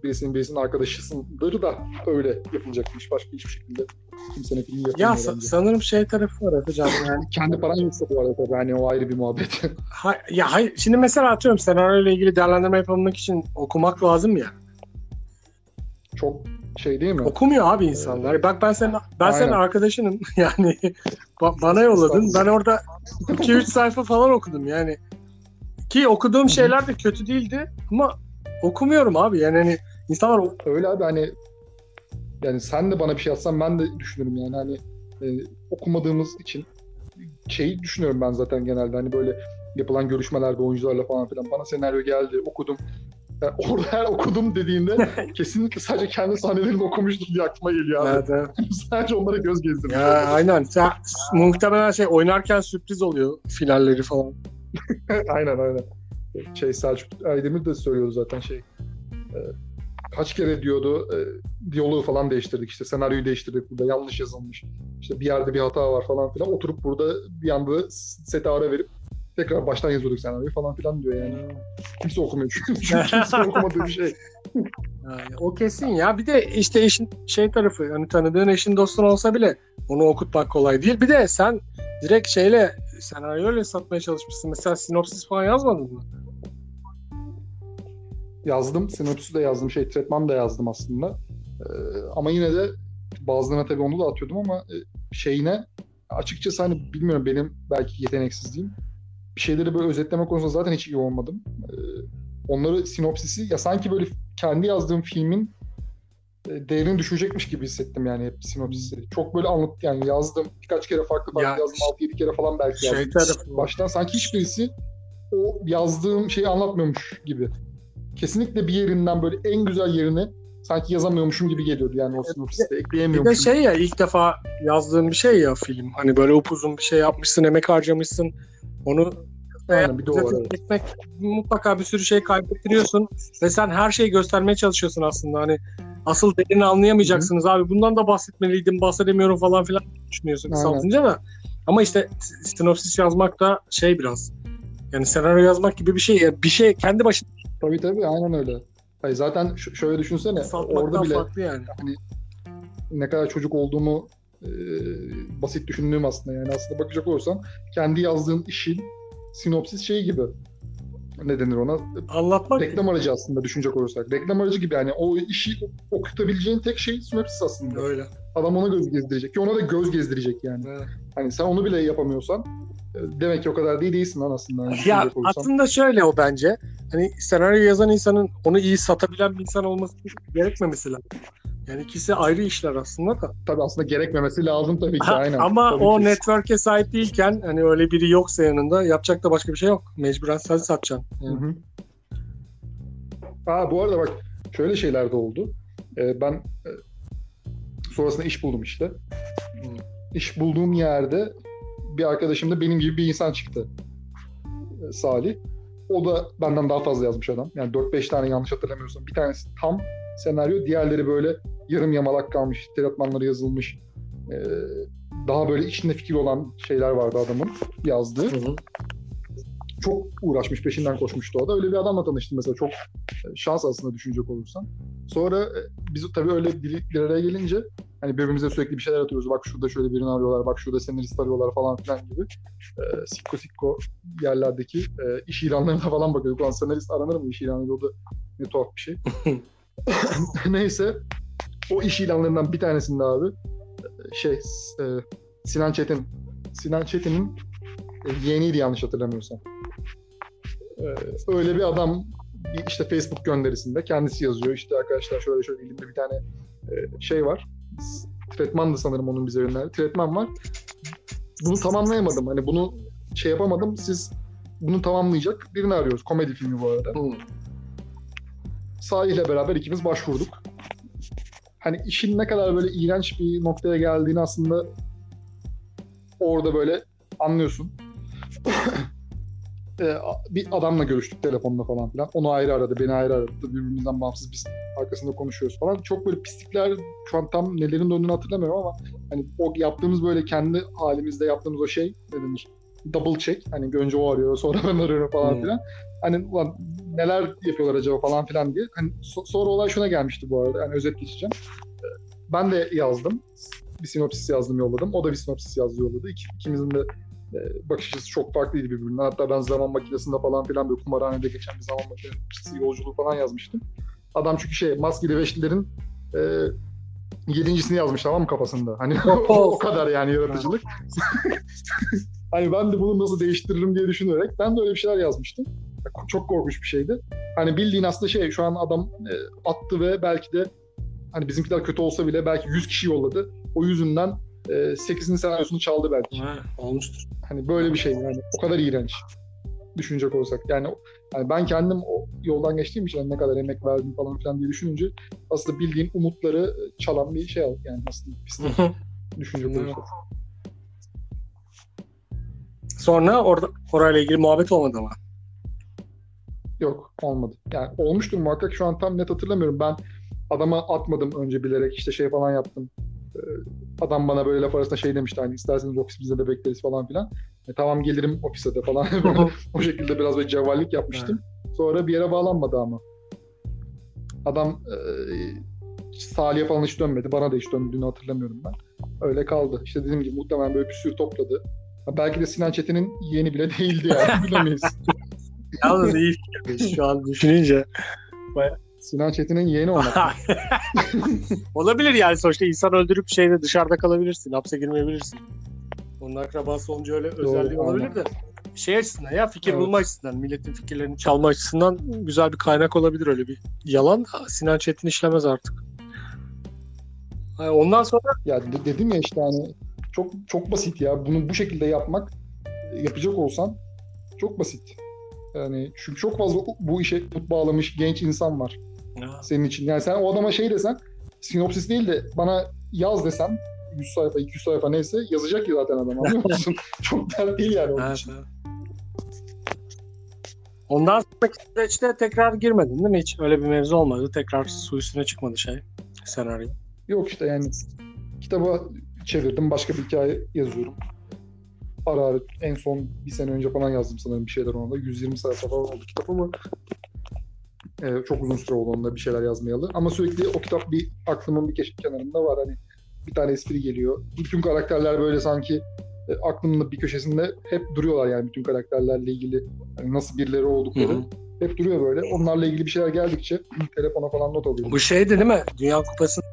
birisinin arkadaşısındır da öyle yapılacakmış. Başka hiçbir şekilde kimsenin filmi yapılmıyor Ya bence. sanırım şey tarafı var Efecan yani. Kendi paran yoksa bu arada tabii hani o ayrı bir muhabbet. Hayır, şimdi mesela atıyorum senaryoyla ilgili değerlendirme yapabilmek için okumak lazım ya. Çok şey değil mi? Okumuyor abi insanlar. Bak ben senin Aynen. arkadaşınım. Yani bana yolladın. Ben orada 2-3 sayfa falan okudum yani. Ki okuduğum şeyler de kötü değildi ama okumuyorum abi. Yani hani insanlar Öyle abi hani yani sen de bana bir şey yazsan ben de düşünürüm yani hani okumadığımız için şeyi düşünüyorum ben zaten genelde hani böyle yapılan görüşmelerde oyuncularla falan filan bana senaryo geldi okudum. Yani orada her okudum dediğinde kesinlikle sadece kendi sahnelerini okumuştur diye aklıma geliyor abi. evet. Sadece onlara göz gezdirmiş. Ya aynen. Muhtemelen şey oynarken sürpriz oluyor finalleri falan. Aynen. Selçuk Aydemir de söylüyordu zaten kaç kere diyordu diyaloğu falan değiştirdik işte senaryoyu değiştirdik burada yanlış yazılmış işte bir yerde bir hata var falan filan oturup burada bir anda sete ara verip tekrar baştan yazıyorduk senaryoyu falan filan diyor yani. Kimse okumuyor çünkü kimse okumadığı bir şey. Yani, o kesin ya. Bir de işte işin şey tarafı hani tanıdığın eşin dostun olsa bile onu okutmak kolay değil. Bir de sen direkt senaryoyla satmaya çalışmışsın. Mesela sinopsis falan yazmadın mı? Yazdım. Sinopsisi de yazdım. Tretman da yazdım aslında. Ama yine de bazılarına tabii onu da atıyordum ama açıkçası hani bilmiyorum benim belki yeteneksizliğim. Bir şeyleri böyle özetleme konusunda zaten hiç iyi olmadım. Onları sinopsisi ya sanki böyle kendi yazdığım filmin değerini düşecekmiş gibi hissettim yani hep sinopsisi. Çok böyle yani yazdım. Birkaç kere farklı yazdım. 6-7 kere falan belki yazdım. Baştan sanki hiçbirisi o yazdığım şeyi anlatmıyormuş gibi. Kesinlikle bir yerinden böyle en güzel yerini sanki yazamıyormuşum gibi geliyordu yani o sinopsiste ekleyemiyormuşum. Bir de ilk defa yazdığın bir şey ya film. Hani böyle upuzun bir şey yapmışsın, emek harcamışsın. Onu bir de o var. Etmek, mutlaka bir sürü şey kaybettiriyorsun ve sen her şeyi göstermeye çalışıyorsun aslında. Hani asıl değerini anlayamayacaksınız abi. Bundan da bahsetmeliydim, bahsedemiyorum falan filan düşünüyorsun kısaltınca da. Ama işte sinopsis yazmak da biraz. Yani senaryo yazmak gibi bir şey. Bir şey kendi başına. Tabii aynen öyle. Hayır, zaten şöyle düşünsene. Orada bile farklı yani. Hani ne kadar çocuk olduğumu basit düşündüğüm aslında yani aslında bakacak olursan kendi yazdığın işin sinopsis gibi. Ne denir ona? Anlatmak. Reklam aracı aslında düşünecek olursak. Reklam aracı gibi yani o işi okutabileceğin tek şey sinopsis aslında. Öyle. Adam ona göz gezdirecek ki ona da göz gezdirecek yani. Evet. Hani sen onu bile yapamıyorsan demek ki o kadar değilsin lan aslında. Yani ya aslında o bence. Hani senaryo yazan insanın onu iyi satabilen bir insan olması gerekmemesi lazım. Yani ikisi ayrı işler aslında da. Tabii aslında gerekmemesi lazım tabii ki aynen. Ama tabii o ki. network'e sahip değilken hani öyle biri yoksa yanında yapacak da başka bir şey yok. Mecburen sen satacaksın. Yani. Bu arada bak şöyle şeyler de oldu. Ben sonrasında iş buldum işte. İş bulduğum yerde bir arkadaşım da benim gibi bir insan çıktı. Salih. O da benden daha fazla yazmış adam. Yani 4-5 tane yanlış hatırlamıyorsam. Bir tanesi tam senaryo, diğerleri böyle yarım yamalak kalmış, teratmanları yazılmış. Daha böyle içinde fikir olan şeyler vardı adamın yazdığı. Çok uğraşmış, peşinden koşmuştu o da. Öyle bir adamla tanıştım mesela. Çok şans aslında düşünecek olursan. Sonra biz tabii öyle bir araya gelince hani birbirimize sürekli bir şeyler atıyoruz. Bak şurada şöyle birini arıyorlar, bak şurada senarist arıyorlar falan filan gibi. Sikko yerlerdeki iş ilanlarına falan bakıyorduk. Ulan senarist aranır mı iş ilanıyla? O da ne tuhaf bir şey. Neyse. O iş ilanlarından bir tanesinde abi Sinan Çetin'in yeğeniydi yanlış hatırlamıyorsam. Öyle bir adam işte Facebook gönderisinde kendisi yazıyor. İşte arkadaşlar şöyle elimde bir tane var. Tretman da sanırım onun bize yönlendirdi. Tretman var. Bunu tamamlayamadım. Hani bunu yapamadım. Siz bunu tamamlayacak birini arıyoruz. Komedi filmi bu arada. Salih'le beraber ikimiz başvurduk. Hani işin ne kadar böyle iğrenç bir noktaya geldiğini aslında orada böyle anlıyorsun. Bir adamla görüştük telefonla falan filan. Onu ayrı aradı, beni ayrı aradı. Birbirimizden bağımsız biz arkasında konuşuyoruz falan. Çok böyle pislikler, şu an tam nelerin döndüğünü hatırlamıyorum ama hani o yaptığımız böyle kendi halimizde yaptığımız o ne denir? Double check. Hani önce o arıyor, sonra ben arıyorum falan filan. Hani ulan neler yapıyorlar acaba falan filan diye. Hani sonra olay şuna gelmişti bu arada. Yani özet geçeceğim. Ben de yazdım. Bir sinopsis yazdım, yolladım. O da bir sinopsis yazdı, yolladı. İkimizin de bakış açısı çok farklıydı birbirinden. Hatta ben zaman makinesinde falan filan böyle kumarhanede geçen bir zaman makinesi yolculuğu falan yazmıştım. Adam çünkü maskeli beşlilerin yedincisini yazmış, tamam mı, kafasında. Hani o kadar yani yaratıcılık. Hani ben de bunu nasıl değiştiririm diye düşünerek ben de öyle bir şeyler yazmıştım. Çok korkunç bir şeydi. Hani bildiğin aslında şu an adam attı ve belki de hani bizimkiler kötü olsa bile belki 100 kişi yolladı. O yüzünden 8'in senaryosunu çaldı belki. Olmuştur. Hani böyle bir şey yani. O kadar iğrenç. Düşünecek olsak. Yani ben kendim o yoldan geçtiğim için ne kadar emek verdim falan filan diye düşününce aslında bildiğin umutları çalan bir şey yani aslında düşünecek olursak. Sonra orayla ilgili muhabbet olmadı ama. Yok, olmadı. Yani olmuştur muhakkak, şu an tam net hatırlamıyorum. Ben adama atmadım önce bilerek, işte falan yaptım. Adam bana böyle laf arasında demişti, hani isterseniz ofisimizde de bekleriz falan filan. Tamam gelirim ofise de falan. Böyle, o şekilde biraz böyle cevvallik yapmıştım. Sonra bir yere bağlanmadı ama. Adam Salih'e falan hiç dönmedi. Bana da hiç döndüğünü hatırlamıyorum ben. Öyle kaldı. İşte dediğim gibi muhtemelen böyle bir sürü topladı. Belki de Sinan Çetin'in yeğeni bile değildi yani. Bilemeyiz. Yalnız iyi fikirmiş şu an düşününce. Sinan Çetin'in yeğeni olmak. Olabilir yani, sonuçta insan öldürüp dışarıda kalabilirsin. Hapse girmeyebilirsin. Onun akrabası olunca öyle özelliği olabilir de. Açısından ya, fikir bulma açısından, milletin fikirlerini çalma açısından güzel bir kaynak olabilir öyle bir yalan. Sinan Çetin işlemez artık. Ondan sonra ya dedim ya işte hani çok çok basit ya. Bunu bu şekilde yapacak olsan çok basit. Yani çünkü çok fazla bu işe bağlamış genç insan var. Senin için. Yani sen o adama desen, sinopsis değil de bana yaz desen, 100 sayfa 200 sayfa neyse yazacak ya zaten adam, anlıyor musun? Çok dert değil yani onun için. Evet. Ondan sonra süreçte tekrar girmedin değil mi? Hiç öyle bir mevzu olmadı. Tekrar su üstüne çıkmadı senaryo. Yok işte yani kitabı çevirdim. Başka bir hikaye yazıyorum. Ara ara en son bir sene önce falan yazdım sanırım bir şeyler onda. 120 sayfa falan oldu kitap ama çok uzun süre oldu onda bir şeyler yazmayalı. Ama sürekli o kitap bir aklımın bir kenarında var. Hani bir tane espri geliyor. Bütün karakterler böyle sanki aklımın bir köşesinde hep duruyorlar yani, bütün karakterlerle ilgili yani nasıl birileri oldukları. Hı-hı. Hep duruyor böyle. Onlarla ilgili bir şeyler geldikçe telefona falan not alıyorum. Bu değil mi? Dünya Kupası.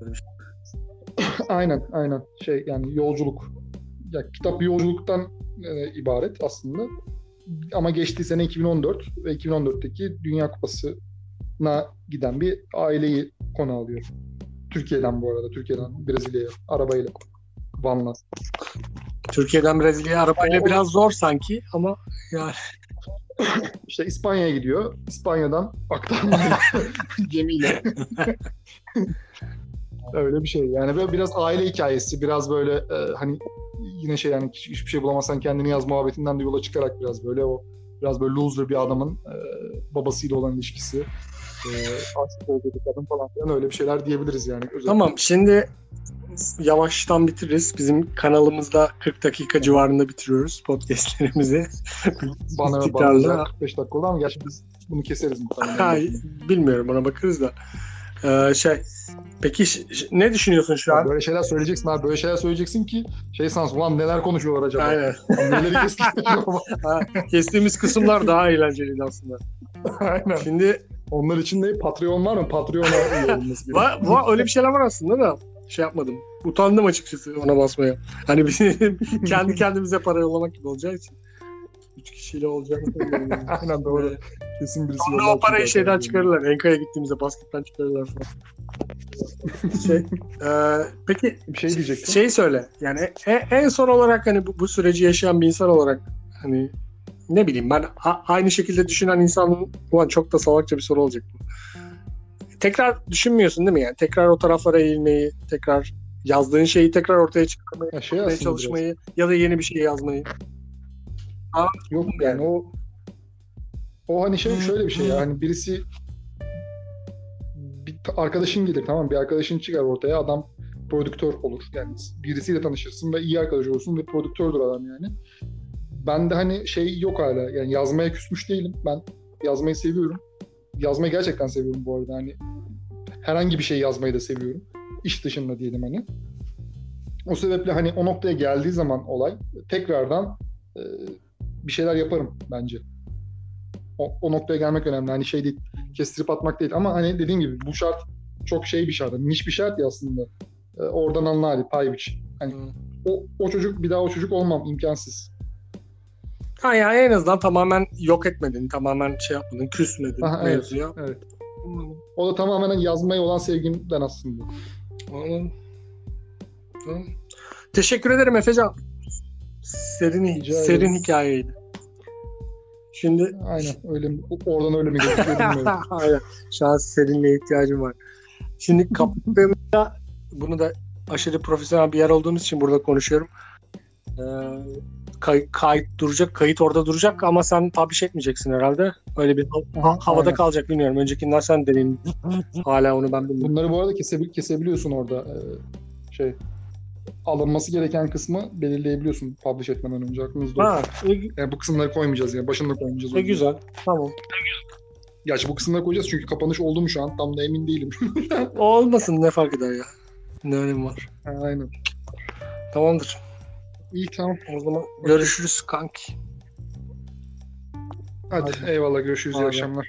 Aynen. Yani yolculuk. Ya, kitap bir yolculuktan ibaret aslında. Ama geçtiği sene 2014 ve 2014'teki Dünya Kupası'na giden bir aileyi konu alıyor. Türkiye'den bu arada. Türkiye'den Brezilya'ya arabayla. Van'la. Türkiye'den Brezilya'ya arabayla biraz zor sanki ama yani. İşte İspanya'ya gidiyor. İspanya'dan aktarmayla gemiyle. Öyle bir şey. Yani böyle biraz aile hikayesi, biraz böyle hani yine yani hiçbir şey bulamazsan kendini yaz muhabbetinden de yola çıkarak biraz böyle biraz böyle loser bir adamın babasıyla olan ilişkisi, aşık olduğu bir kadın falan filan, öyle bir şeyler diyebiliriz yani. Özellikle. Tamam, şimdi yavaştan bitiririz. Bizim kanalımızda 40 dakika civarında bitiriyoruz podcastlerimizi. Bana 45 dakika oldu ama gerçi biz bunu keseriz muhtemelen. Bilmiyorum, ona bakarız da. Peki ne düşünüyorsun şu an? Böyle şeyler söyleyeceksin abi. Böyle şeyler söyleyeceksin ki sansın. Ulan neler konuşuyorlar acaba? Aynen. Neleri kestiğimiz kısımlar daha eğlenceliydi aslında. Aynen. Şimdi onlar için de Patreon var mı? Patreon'a üye olması gerekiyor. Öyle bir şeyler var aslında da yapmadım. Utandım açıkçası ona basmaya. Hani bizim kendi kendimize para yollamak gibi olacağı için. 3 kişiyle olacak. Aynen doğru. Kesin birisi yollar. O parayı çıkarırlar. Enka'ya gittiğimizde basketten çıkarırlar falan. Peki bir şey diyecektim. Söyle. Yani en son olarak hani bu süreci yaşayan bir insan olarak hani ne bileyim ben aynı şekilde düşünen insanın, ulan çok da salakça bir soru olacak bu. Tekrar düşünmüyorsun değil mi yani? Tekrar o taraflara eğilmeyi, tekrar yazdığın şeyi tekrar ortaya çıkarmaya çalışmayı biraz. Ya da yeni bir şey yazmayı. Yok yani o hani şöyle bir şey ya, hani birisi bir arkadaşın gelir, tamam, bir arkadaşın çıkar ortaya, adam prodüktör olur. Yani birisiyle tanışırsın ve iyi arkadaş olursun ve prodüktördür adam yani. Ben de hani yok hala yani, yazmaya küsmüş değilim. Ben Yazmayı seviyorum. Yazmayı gerçekten seviyorum bu arada. Hani herhangi bir şey yazmayı da seviyorum. İş dışında diyelim hani. O sebeple hani o noktaya geldiği zaman olay tekrardan e, bir şeyler yaparım bence. O noktaya gelmek önemli. Hani şey değil, kestirip atmak değil. Ama hani dediğim gibi bu şart çok şey bir şart. Niş bir şart ya aslında. Oradan anla hadi pay biç. Hani o çocuk bir daha o çocuk olmam imkansız. Ha yani en azından tamamen yok etmedin, tamamen şey yapmadın, küsmedin Aha, mevzuya. evet. O da tamamen hani yazmaya olan sevgimden aslında. Anladım. Tamam. Teşekkür ederim Efecan. Serin hikayeydi. Şimdi aynen öyle mi? Oradan öyle mi gözüküyor bilmiyorum. aynen. Şu an serinliğe ihtiyacım var. Şimdi kapattığımda bunu da aşırı profesyonel bir yer olduğumuz için burada konuşuyorum. Kayıt duracak, kayıt orada duracak ama sen publish etmeyeceksin herhalde. Öyle bir havada aynen. kalacak bilmiyorum. Öncekinden sen deneyim. Hala onu ben bilmiyorum. Bunları bu arada kesebiliyorsun orada. Alınması gereken kısmı belirleyebiliyorsun publish etmeden önce. Aklınızda olsun. Yani bu kısımları koymayacağız yani. Başında koymayacağız. Güzel. Tamam. Gerçi bu kısımları koyacağız çünkü kapanış oldu mu şu an? Tam da emin değilim. Olmasın ne fark eder ya. Ne önemi var. Aynen. Tamamdır. İyi tamam. O zaman görüşürüz kanki. Hadi. Eyvallah görüşürüz. İyi akşamlar.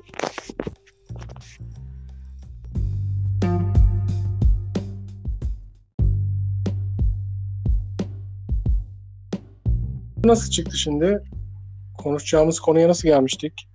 Nasıl çıktı şimdi? Konuşacağımız konuya nasıl gelmiştik?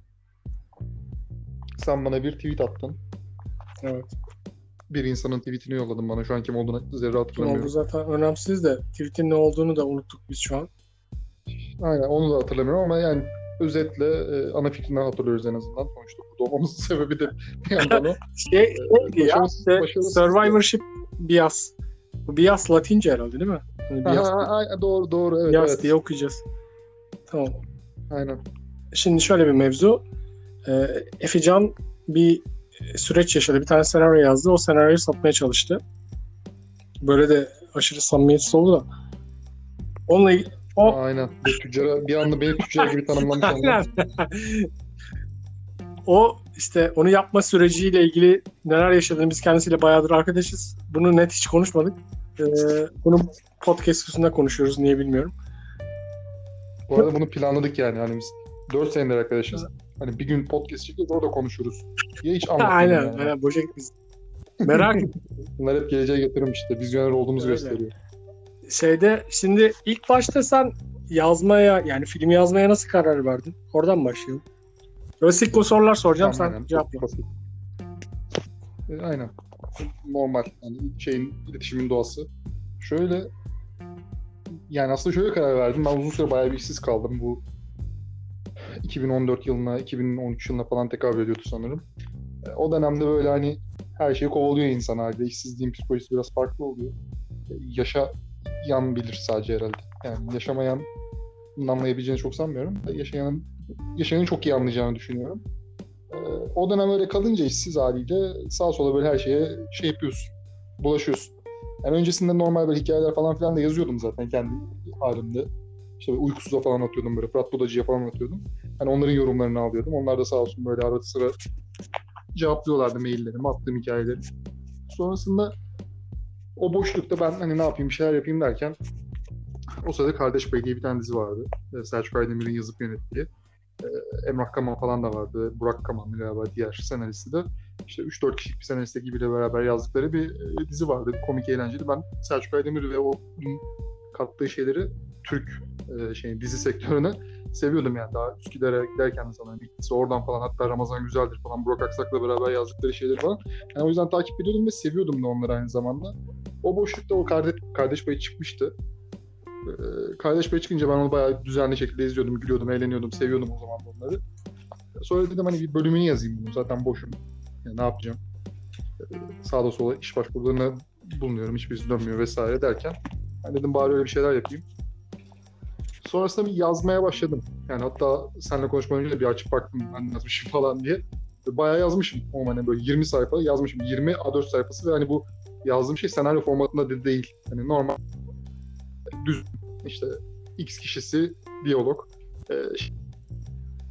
Sen bana bir tweet attın. Evet. Bir insanın tweetini yolladın bana. Şu an kim olduğunu zerre hatırlamıyorum. Bu zaten önemsiz de tweetin ne olduğunu da unuttuk biz şu an. Aynen onu da hatırlamıyorum ama yani özetle ana fikrini hatırlıyoruz en azından. Sonuçta burada olmamızın sebebi de bir yandan o. Survivorship bias. Bu bias Latince herhalde değil mi? Yani doğru evet. Bias evet. diye okuyacağız. Tamam. Aynen. Şimdi şöyle bir mevzu. Efecan bir süreç yaşadı. Bir tane senaryo yazdı. O senaryoyu satmaya çalıştı. Böyle de aşırı samimiyetsiz oldu da. Onunla ilgili aynen. Bir anda beni tüccar gibi tanımlamış. Aynen. O işte onu yapma süreciyle ilgili neler yaşadığını biz kendisiyle bayağıdır arkadaşız. Bunu net hiç konuşmadık. Bunu podcast üstünde konuşuyoruz. Niye bilmiyorum. Bu arada bunu planladık yani. Hani biz 4 senedir arkadaşız. Hani bir gün podcast çekeceğiz orada konuşuruz. Ya hiç anlatmayalım. Aynen. Boşa gitmeyiz. Merak ettim. Bunlar hep geleceğe getirmiş işte. Vizyoner olduğumuzu gösteriyor. Şimdi ilk başta sen yazmaya yani film yazmaya nasıl karar verdin? Oradan başlayalım. Böyle sikko sorular soracağım sen cevapla. Aynen. Normal. Yani iletişimin doğası. Şöyle yani aslında şöyle karar verdim. Ben uzun süre bayağı bir işsiz kaldım. Bu 2014 yılına, 2013 yılına falan tekabül ediyordu sanırım. O dönemde böyle hani her şeyi kovalıyor insan halde. İşsizliğin psikolojisi biraz farklı oluyor. Yaşayan bilir sadece herhalde. Yani yaşamayan anlayabileceğini çok sanmıyorum. Yaşayanın çok iyi anlayacağını düşünüyorum. O dönem öyle kalınca işsiz haliyle sağa sola böyle her şeye şey yapıyorsun. Bulaşıyorsun. Yani öncesinde normal böyle hikayeler falan filan da yazıyordum zaten kendi halimde. İşte uykusuza falan atıyordum böyle. Fırat Budacı'ya falan atıyordum. Hani onların yorumlarını alıyordum. Onlar da sağ olsun böyle arada sıra cevaplıyorlardı maillerimi, attığım hikayeleri. Sonrasında o boşlukta ben hani ne yapayım, bir şeyler yapayım derken o sırada Kardeş Payı diye bir tane dizi vardı. Selçuk Aydemir'in yazıp yönettiği. Emrah Kaman falan da vardı. Burak Kaman galiba diğer senaristi de. İşte 3-4 kişilik bir senarist ekibiyle beraber yazdıkları bir dizi vardı. Komik, eğlenceli. Ben Selçuk Aydemir ve o kattığı şeyleri Türk dizi sektörüne seviyordum yani. Daha Üsküdar'a giderken sana bittisi oradan falan, hatta Ramazan Güzeldir falan, Burak Aksak'la beraber yazdıkları şeyleri falan. Yani o yüzden takip ediyordum ve seviyordum da onları aynı zamanda. O boşlukta o Kardeş Payı çıkmıştı. Kardeş Payı çıkınca ben onu bayağı düzenli şekilde izliyordum, gülüyordum, eğleniyordum, seviyordum o zaman onları. Sonra dedim hani bir bölümünü yazayım bunu. Zaten boşum. Yani ne yapacağım? Sağda sola iş başvurularına bulunuyorum. Hiçbirisi dönmüyor vesaire derken. Ben dedim bari öyle bir şeyler yapayım. Sonrasında bir yazmaya başladım. Yani hatta seninle konuşmadan önce de bir açıp baktım ben yazmışım falan diye. Bayağı yazmışım. O hani böyle 20 sayfa yazmışım. 20 A4 sayfası ve hani bu yazdığım şey senaryo formatında değil. Hani normal düz işte X kişisi diyalog.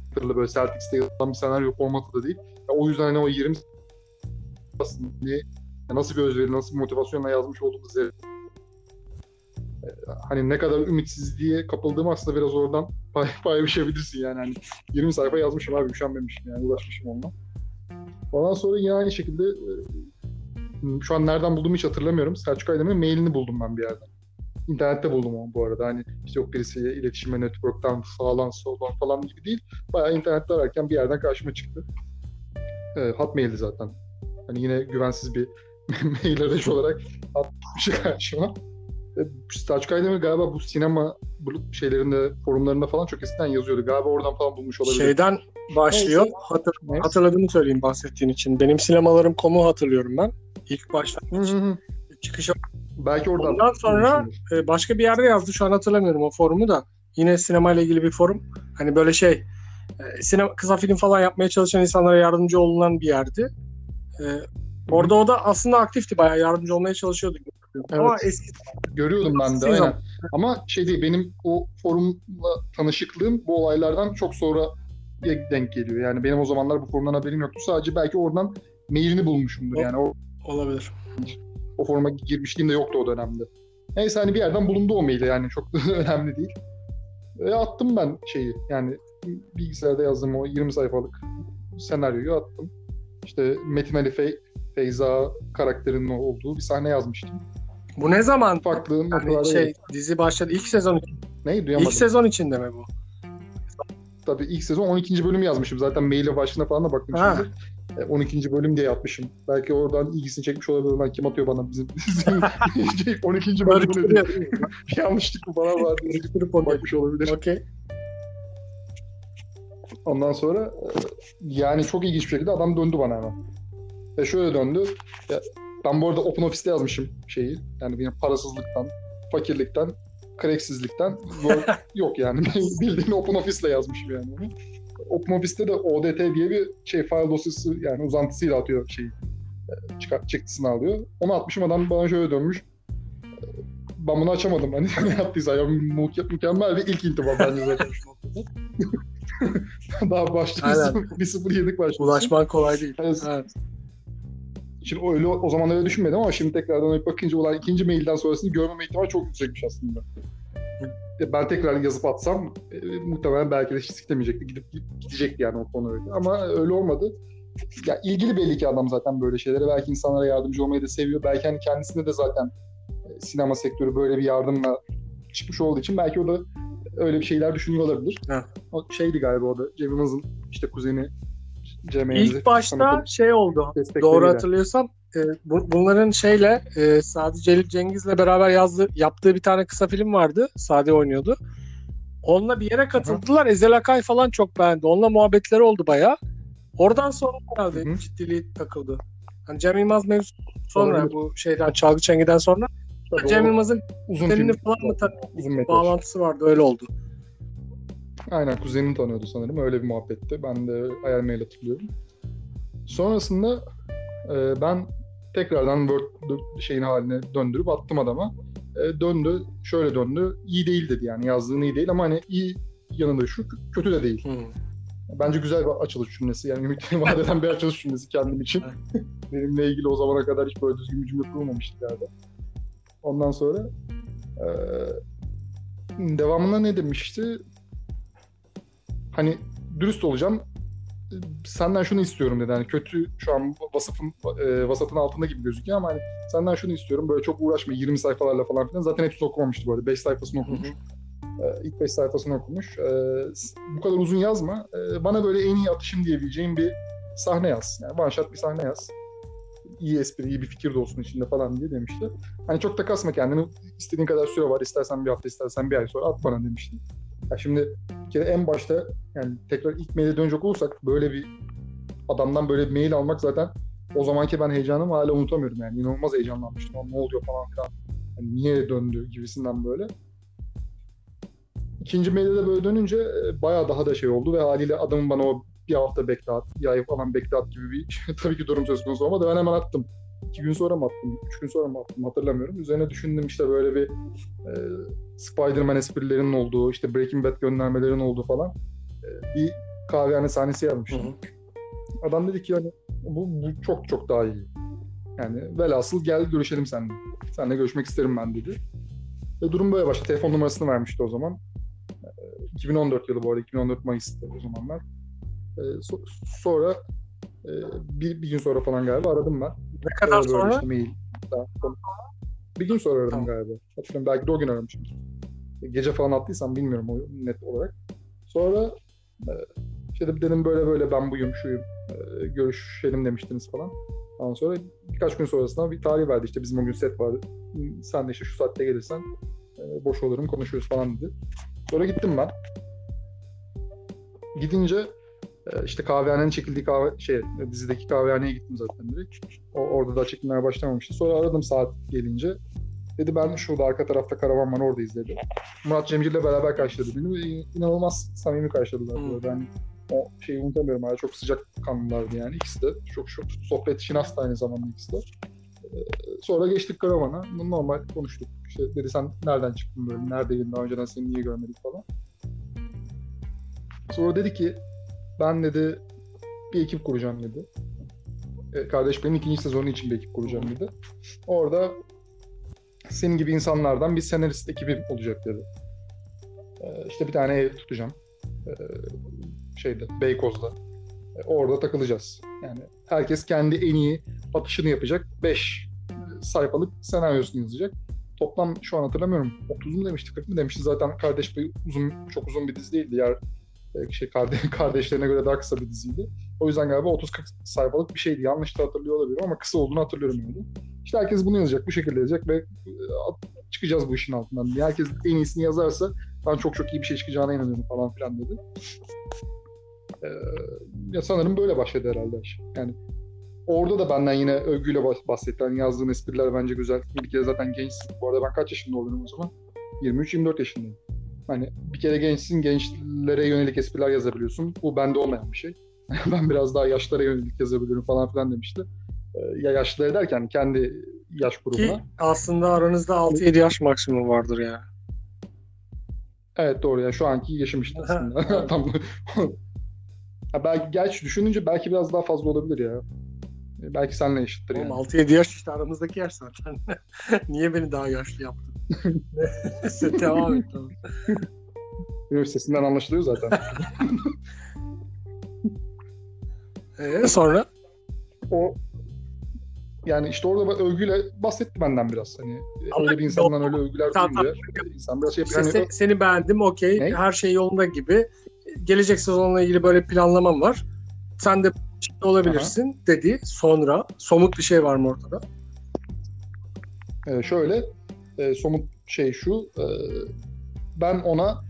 böyle Celtics'te yazılan bir senaryo formatı da değil. Ya, o yüzden hani o 20 aslında nasıl bir özveri, nasıl bir motivasyonla yazmış olduğumuz hani ne kadar ümitsizliğe kapıldığım aslında biraz oradan pay biçebilirsin yani. Hani 20 sayfa yazmışım abi, üşenmemişim yani, uğraşmışım onunla. Ondan sonra yine aynı şekilde şu an nereden bulduğumu hiç hatırlamıyorum. Selçuk Aydemir'in mailini buldum ben bir yerden. İnternette buldum onu bu arada. Hani işte yok birisiyle iletişime network'tan sağlan soldan falan gibi değil. Bayağı internette ararken bir yerden karşıma çıktı. Hotmail'di zaten. Hani yine güvensiz bir mail aracı olarak atmış karşıma. Selçuk Aydemir galiba bu sinema şeylerinde, forumlarında falan çok eskiden yazıyordu. Galiba oradan falan bulmuş olabilir. Şeyden başlıyor. Neyse. Hatırladığını söyleyeyim bahsettiğin için. Benim sinemalarım.com'u hatırlıyorum ben. İlk başta çıkışa. Belki oradan. Ondan sonra başka bir yerde yazdı. Şu an hatırlamıyorum o forumu da. Yine sinemayla ilgili bir forum. Hani böyle sinema, kısa film falan yapmaya çalışan insanlara yardımcı olunan bir yerdi. Orada o da aslında aktifti. Bayağı yardımcı olmaya çalışıyordu. Evet. Ama eski görüyordum ben de aynen. Ama değil, benim o forumla tanışıklığım bu olaylardan çok sonra denk geliyor. Yani benim o zamanlar bu forumdan haberim yoktu. Sadece belki oradan mailini bulmuşumdur. Yani olabilir. O foruma girmişliğim de yoktu o dönemde. Neyse hani bir yerden bulundu o maili, yani çok önemli değil. Attım ben yani bilgisayarda yazdığım o 20 sayfalık senaryoyu attım. İşte Metin Ali Feyza karakterinin olduğu bir sahne yazmıştım. Bu ne zaman? Farklı dizi başladı. İlk sezon için. Neyi duyamadım. İlk sezon içinde mi bu? Tabii ilk sezon 12. bölümü yazmışım. Zaten maile başlığına falan da baktım şimdi. 12. bölüm diye yapmışım. Belki oradan ilgisini çekmiş olabilir. Ben kim atıyor bana bizim 12. bölümü ne diye. Bir yanlışlık mı bana var diye bakmış olabilir. Okay. Ondan sonra yani çok ilginç bir şekilde adam döndü bana hemen. Şöyle döndü. Ben bu arada OpenOffice'te yazmışım Yani benim parasızlıktan, fakirlikten, cracksizlikten yok yani. Bildiğin OpenOffice'le yazmışım yani onu. OpenOffice'te de ODT diye bir file dosyası, yani uzantısıyla atıyor çıktısını alıyor. Onu atmışım, adam bana şöyle dönmüş. Ben bunu açamadım. Hani ne yaptıysa ya, mükemmel bir ilk intiba bence zaten şu noktada. Daha başlıyorsun. 1-0 yedik başlıyorsun. Ulaşman kolay değil. Evet. Şimdi o zaman öyle düşünmedim ama şimdi tekrardan bakınca olan ikinci mailden sonrasını görmeme ihtimali çok yüksekmiş aslında. Ben tekrar yazıp atsam muhtemelen belki de hiç istemeyecekti. Gidecekti yani o konu öyle. Ama öyle olmadı. Ya ilgili belli ki adam zaten böyle şeylere. Belki insanlara yardımcı olmayı da seviyor. Belki hani kendisinde de zaten sinema sektörü böyle bir yardımla çıkmış olduğu için belki o da öyle bir şeyler düşünüyor olabilir. Ha. O galiba o da Cem Yılmaz'ın kuzeni Cem İlk başta oldu. Doğru hatırlıyorsam bunların Sadi Celil Cengiz'le beraber yaptığı bir tane kısa film vardı. Sadi oynuyordu. Onunla bir yere katıldılar. Ezel Akay falan çok beğendi. Onunla muhabbetleri oldu bayağı. Oradan sonra herhalde ciddiliği takıldı. Hani Cem Yılmaz mevzusu sonra olabilir. Bu Çalgı Çengi'den sonra tabii Cem Yılmaz'ın kuzenini falan mı bağlantısı vardı. Öyle oldu. Aynen, kuzenini tanıyordu sanırım. Öyle bir muhabbetti. Ben de ayar mail hatırlıyorum. Sonrasında ben tekrardan Word haline döndürüp attım adama. Döndü. Şöyle döndü. İyi değil dedi yani. Yazdığın iyi değil ama hani iyi yanında şu, kötü de değil. Bence güzel bir açılış cümlesi. Yani ümitini vaat eden bir açılış cümlesi kendim için. Benimle ilgili o zamana kadar hiç böyle düzgün bir cümle kurulmamıştı galiba. Ondan sonra devamında ne demişti? Hani dürüst olacağım. Senden şunu istiyorum dedi. Yani kötü, şu an vasatın altında gibi gözüküyor ama hani senden şunu istiyorum. Böyle çok uğraşma 20 sayfalarla falan filan. Zaten hepsini okumamıştı bu arada. 5 sayfasını okumuş. İlk 5 sayfasını okumuş. Bu kadar uzun yazma. Bana böyle en iyi atışım diyebileceğim bir sahne yaz. Yani one shot bir sahne yaz. İyi espri, iyi bir fikir de olsun içinde falan diye demişti. Hani çok da kasma kendini. İstediğin kadar süre var. İstersen bir hafta, istersen bir ay sonra at bana demişti. Ya şimdi bir kere en başta, yani tekrar ilk maile dönecek olursak, böyle bir adamdan böyle bir mail almak zaten o zamanki ben heyecanımı hala unutamıyorum yani. İnanılmaz heyecanlanmıştım. Ne oluyor falan filan. Yani niye döndü gibisinden böyle. İkinci mailde de böyle dönünce bayağı daha da oldu ve haliyle adamın bana o bir hafta bekle at, bir ay falan bekle at gibi bir tabii ki durum söz konusu olmadı. Ben hemen attım. 2 gün sonra mı attım, 3 gün sonra mı attım hatırlamıyorum. Üzerine düşündüm, işte böyle bir Spider-Man esprilerinin olduğu, işte Breaking Bad göndermelerinin olduğu falan bir kahvehane sahnesi Hı yazmıştım. hı. Adam dedi ki hani bu çok çok daha iyi. Yani velhasıl gel görüşelim seninle. Seninle görüşmek isterim ben dedi. Ve durum böyle başladı. Telefon numarasını vermişti o zaman. 2014 yılı bu arada. 2014 Mayıs'ta o zamanlar. Sonra bir gün sonra falan galiba aradım ben. Ne kadar Böyle sonra? işte mail. Bir gün sonra aradım Tamam. galiba. Hatırlıyorum. Belki de o gün aramışım. Gece falan attıysam bilmiyorum o net olarak. Sonra işte dedim böyle böyle ben buyum şuyum. Görüşelim demiştiniz falan. Ondan sonra birkaç gün sonrasında bir tarih verdi. İşte bizim o gün set vardı. Sen de işte şu saatte gelirsen boş olurum konuşuruz falan dedi. Sonra gittim ben. Gidince işte kahvehanenin çekildiği dizideki kahvehaneye gittim zaten direkt. Orada da çekimler başlamamıştı. Sonra aradım saat gelince. Dedi ben şurada arka tarafta karavan var oradayız dedi. Murat Cemcir'le beraber karşıladı beni ve inanılmaz samimi karşıladılar. Ben o şeyi unutamıyorum. Hala çok sıcak kanlılardı yani ikisi de. Çok sohbet şinas da aynı zamanda ikisi de. Sonra geçtik karavana. Normal konuştuk. İşte dedi sen nereden çıktın böyle? Neredeydin daha önceden seni niye görmedik falan. Sonra dedi ki ben dedi bir ekip kuracağım dedi. Kardeş benim 2. sezonu için bir ekip kuracağım dedi. Orada senin gibi insanlardan bir senarist ekibim olacak dedi. İşte bir tane ev tutacağım. Beykoz'da. Orada takılacağız. Yani herkes kendi en iyi atışını yapacak. 5 sayfalık senaryosunu yazacak. Toplam şu an hatırlamıyorum. 30 mu demişti, 40 mı demişti. Zaten Kardeş Payı çok uzun bir dizi değildi. Kardeşlerine göre daha kısa bir diziydi. O yüzden galiba 30-40 sayfalık bir şeydi. Yanlış da hatırlıyor olabilirim ama kısa olduğunu hatırlıyorum öyle. İşte herkes bunu yazacak, bu şekilde yazacak ve çıkacağız bu işin altından. Herkes en iyisini yazarsa ben çok çok iyi bir şey çıkacağına inanıyorum falan filan dedi. Ya sanırım böyle başladı herhalde. Yani orada da benden yine övgüyle bahsetti. Yani yazdığım espriler bence güzel. Bir kere zaten gençsin. Bu arada ben kaç yaşında oluyorum o zaman? 23-24 yaşındayım. Hani bir kere gençsin, gençlere yönelik espriler yazabiliyorsun. Bu bende olmayan bir şey. Ben biraz daha yaşlara yönelik yazabiliyorum falan filan demişti. Ya yaşlıları derken kendi yaş grubuna. Ki aslında aranızda 6-7 yaş maksimum vardır ya. Evet doğru ya. Şu anki yaşım işte aslında. Tam belki gerçi düşününce belki biraz daha fazla olabilir ya. Belki seninle eşittir yani. Oğlum 6-7 yaş işte aramızdaki yaş zaten. Niye beni daha yaşlı yaptın? Devam et. Tamam. Sesinden anlaşılıyor zaten. Sonra? O yani işte orada övgüyle bahsetti benden biraz. Hani öyle bir insandan öyle övgüler duyunca insan biraz Seni beğendim, okey. Her şey yolunda gibi. Gelecek sezonla ilgili böyle planlamam var. Sen de olabilirsin dedi. Sonra somut bir şey var mı ortada? Şöyle somut şey şu. Ben ona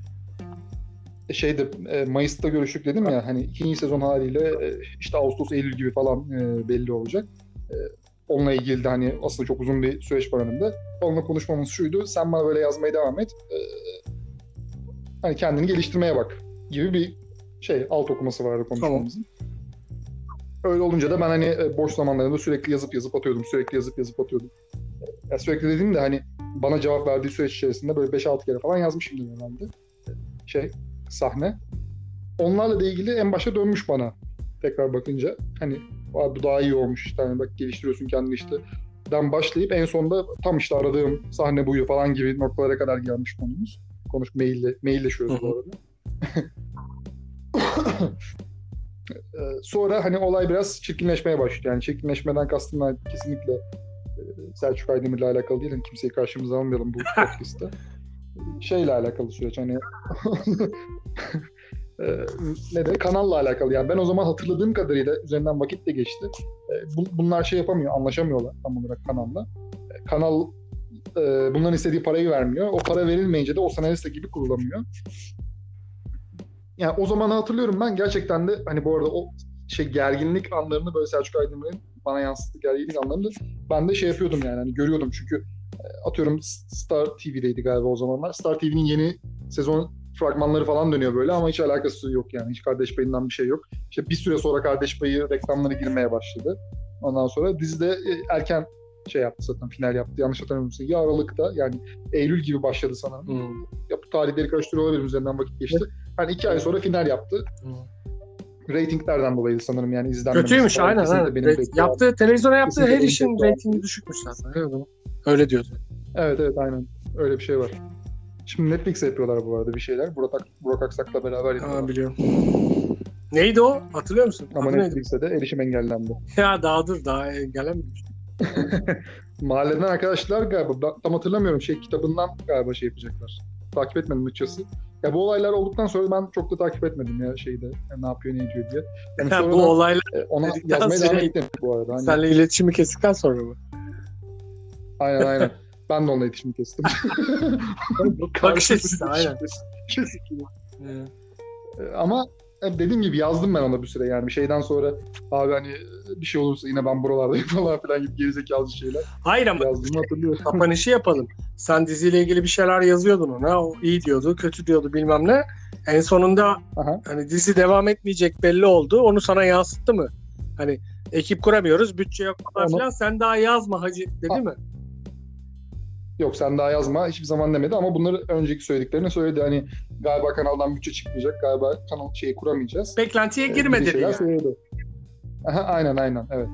Mayıs'ta görüştük dedim ya hani 2. sezon haliyle işte Ağustos Eylül gibi falan belli olacak. Onunla ilgili de hani aslında çok uzun bir süreç var önümde. Onunla konuşmamız şuydu. Sen bana böyle yazmaya devam et. Hani kendini geliştirmeye bak gibi bir alt okuması vardı konuşmamızın. Tamam. Öyle olunca da ben hani boş zamanlarında sürekli yazıp atıyordum. Yani sürekli dediğim de hani bana cevap verdiği süreç içerisinde böyle 5-6 kere falan yazmışımdır herhalde. Sahne. Onlarla da ilgili en başta dönmüş bana tekrar bakınca. Hani bu daha iyi olmuş işte. Hani bak geliştiriyorsun kendini işte. Den başlayıp en sonunda tam işte aradığım sahne buyu falan gibi noktalara kadar gelmiş konumuz. Mailleşiyoruz bu arada. Sonra hani olay biraz çirkinleşmeye başlıyor. Yani çirkinleşmeden kastım kesinlikle Selçuk Aydemir'le alakalı değil. Yani kimseyi karşımıza almayalım bu podcast'ta. Şeyle alakalı süreç hani kanalla alakalı. Yani ben o zaman hatırladığım kadarıyla üzerinden vakit de geçti. Bunlar yapamıyor, anlaşamıyorlar tam olarak kanalla. Kanal bunların istediği parayı vermiyor. O para verilmeyince de o senarist ekibi kurulamıyor. Yani o zamanı hatırlıyorum ben gerçekten de hani bu arada o gerginlik anlarını böyle Selçuk Aydemir'in bana yansıttığı gerginlik anlarını ben de yapıyordum yani hani görüyordum çünkü atıyorum Star TV'deydi galiba o zamanlar. Star TV'nin yeni sezon fragmanları falan dönüyor böyle ama hiç alakası yok yani. Hiç Kardeş Payı'ndan bir şey yok. İşte bir süre sonra Kardeş Payı reklamları girmeye başladı. Ondan sonra dizide erken yaptı zaten final yaptı. Yanlış hatırlamıyorsam ya Aralık'ta yani Eylül gibi başladı sanırım. Ya bu tarihleri karıştırıyor olabilirim üzerinden vakit geçti. Hani 2 ay sonra final yaptı. Ratinglerden dolayı sanırım yani izlenmemesi Kötüymüş falan aynen. kesinlikle aynen. benim Yaptığı, televizyona yaptığı kesinlikle her benim işin beklemem. reytingi düşükmüş zaten. Öyle diyordu. Evet aynen. Öyle bir şey var. Şimdi Netflix'e yapıyorlar bu arada bir şeyler. Burak Aksak'la beraber yapıyorlar. Ha, biliyorum. Neydi o? Hatırlıyor musun? Ama Adı neydi? Netflix'e de erişim engellendi. Ya daha gelememiş. Mahalleden arkadaşlar galiba, ben tam hatırlamıyorum, kitabından galiba yapacaklar. Takip etmedim açıkçası. Ya bu olaylar olduktan sonra ben çok da takip etmedim ya yani ne yapıyor ne ediyor diye. Yani Ya, sonradan, bu olaylar ona dedikten yazmaya sonra devam ettim bu arada. Hani, seninle iletişimi kestikten sonra mı? aynen. Ben de onunla iletişimi kestim. Bakış açısı aynen. Evet. Ama dediğim gibi yazdım ben ona bir süre yani bir şeyden sonra abi hani bir şey olursa yine ben buralardayım falan filan gibi gerizekalı şeyler Hayır ama yazdığımı hatırlıyorum. kapanışı yapalım. Sen diziyle ilgili bir şeyler yazıyordun ona. O iyi diyordu, kötü diyordu bilmem ne. En sonunda Aha. hani dizi devam etmeyecek belli oldu. Onu sana yansıttı mı? Hani ekip kuramıyoruz, bütçe yok falan filan. Sen daha yazma hacı dedi mi? Yok sen daha yazma hiçbir zaman demedi ama bunları önceki söylediklerini söyledi. Hani galiba kanaldan bütçe çıkmayacak, galiba kanal kuramayacağız. Beklentiye girme dedi yani. Söyledi. Aha, aynen evet.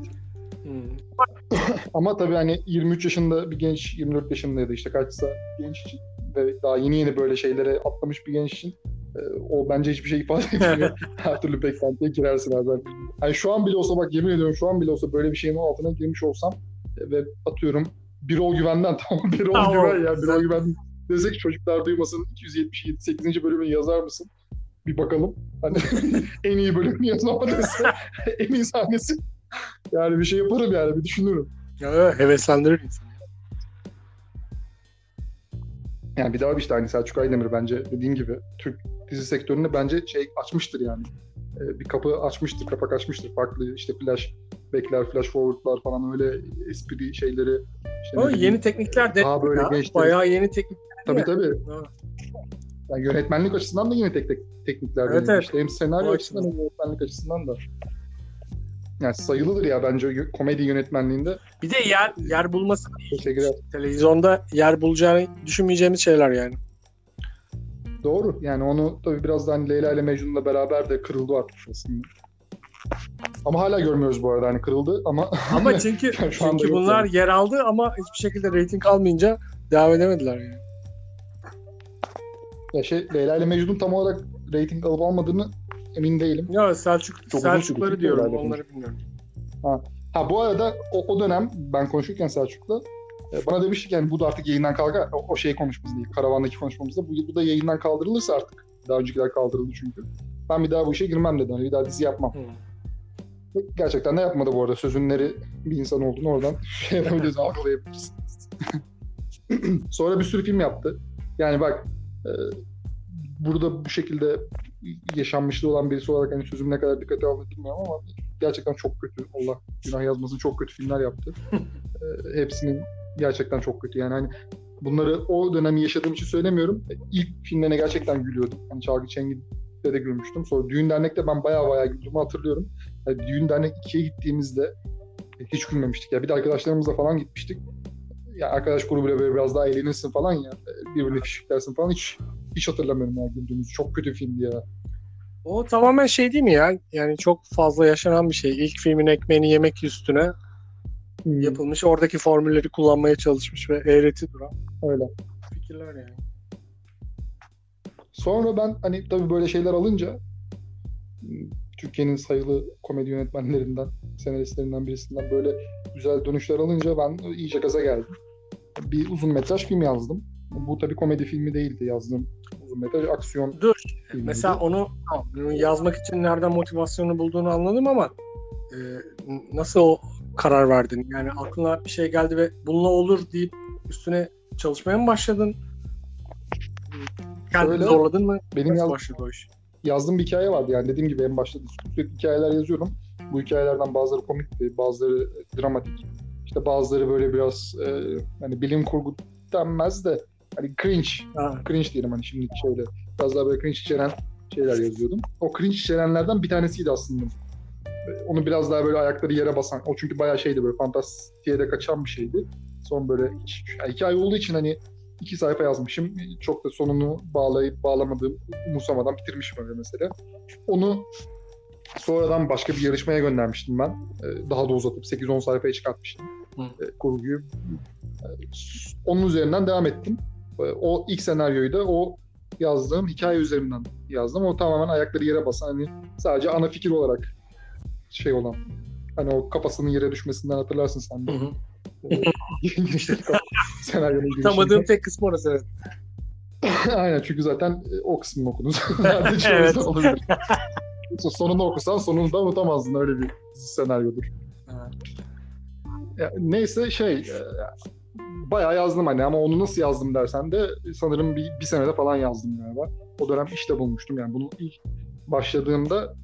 Ama tabii hani 23 yaşında bir genç, 24 yaşındaydı işte kaçsa genç için ve daha yeni böyle şeylere atlamış bir genç için o bence hiçbir şey ifade etmiyor. Her türlü beklentiye girersin abi. Yani şu an bile olsa bak yemin ediyorum şu an bile olsa böyle bir şeyin altına girmiş olsam ve atıyorum Birol Güven'den tamam Birol Güven ya Birol Güven desek çocuklar duymasın 277 8. bölümünü yazar mısın? Bir bakalım. Hani en iyi bölümünü yazama dese en iyi sahnesi. Yani bir şey yaparım yani bir düşünürüm. Ya, heveslendirir insanı. Yani bir daha işte hani Selçuk Aydemir bence dediğim gibi Türk dizi sektöründe bence açmıştır yani. Bir kapı açmıştır, kapak açmıştır. Farklı işte flashback'ler, flash forward'lar falan öyle espri şeyleri. İşte o yeni teknikler de böyle geçti. Bayağı yeni teknikler. Tabii. Yani yönetmenlik açısından da yine teknikler. Evet. İşte hem senaryo açısından hem yönetmenlik açısından da. Yani sayılıdır ya bence komedi yönetmenliğinde. Bir de yer bulması Teşekkürler. Televizyonda yer bulacağını düşünmeyeceğimiz şeyler yani. Doğru. Yani onu tabii biraz da hani Leyla ile Mecnun'la beraber de kırıldı artık aslında. Ama hala görmüyoruz bu arada hani kırıldı ama çünkü çünkü bunlar yani. yer aldı ama hiçbir şekilde reyting almayınca devam edemediler yani. Ya Leyla ile Mecnun tam olarak reyting alıp almadığını emin değilim. Ya Selçukları diyorum onları bilmiyorum. Ha bu arada o dönem ben konuşurken Selçuk'la bana demiştik yani bu da artık yayından kalkar. O konuşmamız değil. Karavandaki konuşmamızda bu da yayından kaldırılırsa artık. Daha öncekiler kaldırıldı çünkü. Ben bir daha bu işe girmem dedi. Hani bir daha dizi yapmam. Gerçekten de yapmadı bu arada. Sözünleri bir insan olduğunu oradan yapabiliriz, algılayabiliriz. Sonra bir sürü film yaptı. Yani bak burada bu şekilde yaşanmışlığı olan birisi olarak hani sözüm ne kadar dikkate alınır bilmiyorum ama gerçekten çok kötü. Allah günah yazmasın çok kötü filmler yaptı. Hepsinin gerçekten çok kötü. Yani hani bunları o dönemi yaşadığım için söylemiyorum. İlk filmlerine gerçekten gülüyordum. Hani Çalgı Çengi'de de gülmüştüm. Sonra Düğün Dernek'te ben bayağı güldüğümü hatırlıyorum. Yani Düğün Dernek 2'ye gittiğimizde hiç gülmemiştik. Ya bir de arkadaşlarımızla falan gitmiştik. Ya arkadaş grubuyla böyle biraz daha eğlenirsin falan ya. Birbirine fişiklersin falan. Hiç hatırlamıyorum ya güldüğümüzü. Çok kötü filmdi ya. O tamamen değil mi ya? Yani çok fazla yaşanan bir şey. İlk filmin ekmeğini yemek üstüne yapılmış. Oradaki formülleri kullanmaya çalışmış ve eğreti duran. Öyle. Fikirler yani. Sonra ben hani tabii böyle şeyler alınca Türkiye'nin sayılı komedi yönetmenlerinden, senaristlerinden birisinden böyle güzel dönüşler alınca ben iyice gaza geldim. Bir uzun metraj film yazdım. Bu tabii komedi filmi değildi yazdığım uzun metraj aksiyon filmiydi. Mesela onu yazmak için nereden motivasyonu bulduğunu anladım ama nasıl o karar verdin? Yani aklına bir şey geldi ve bununla olur deyip üstüne çalışmaya mı başladın? Kendini zorladın mı? Benim başladı o iş? Yazdığım bir hikaye vardı yani dediğim gibi en başta sürekli hikayeler yazıyorum. Bu hikayelerden bazıları komikti, bazıları dramatik. İşte bazıları böyle biraz hani bilim kurgu denmez de hani cringe diyelim hani şimdiki şeyle. Biraz daha böyle cringe içeren şeyler yazıyordum. O cringe içerenlerden bir tanesiydi aslında. Onu biraz daha böyle ayakları yere basan. O çünkü bayağı böyle fantastiğe de kaçan bir şeydi. Son böyle hikaye olduğu için hani 2 sayfa yazmışım. Çok da sonunu bağlayıp bağlamadığım, umursamadan bitirmişim öyle mesela. Onu Sonradan başka bir yarışmaya göndermiştim ben. Daha da uzatıp 8-10 sayfaya çıkartmıştım kurguyu. Onun üzerinden devam ettim. O ilk senaryoyu da o yazdığım hikaye üzerinden yazdım. O tamamen ayakları yere basan, hani sadece ana fikir olarak şey olan, hani o kafasının yere düşmesinden hatırlarsın sen de. Girişteki senaryonun girişinde. Tanımadığım tek kısmı orası, evet. Aynen, çünkü zaten o kısmını okudun. Evet. Sonunu okusan sonunu da unutamazdın, öyle bir senaryodur. Neyse bayağı yazdım hani, ama onu nasıl yazdım dersen de sanırım bir senede falan yazdım galiba. O dönem işte bulmuştum yani, bunu ilk başladığımda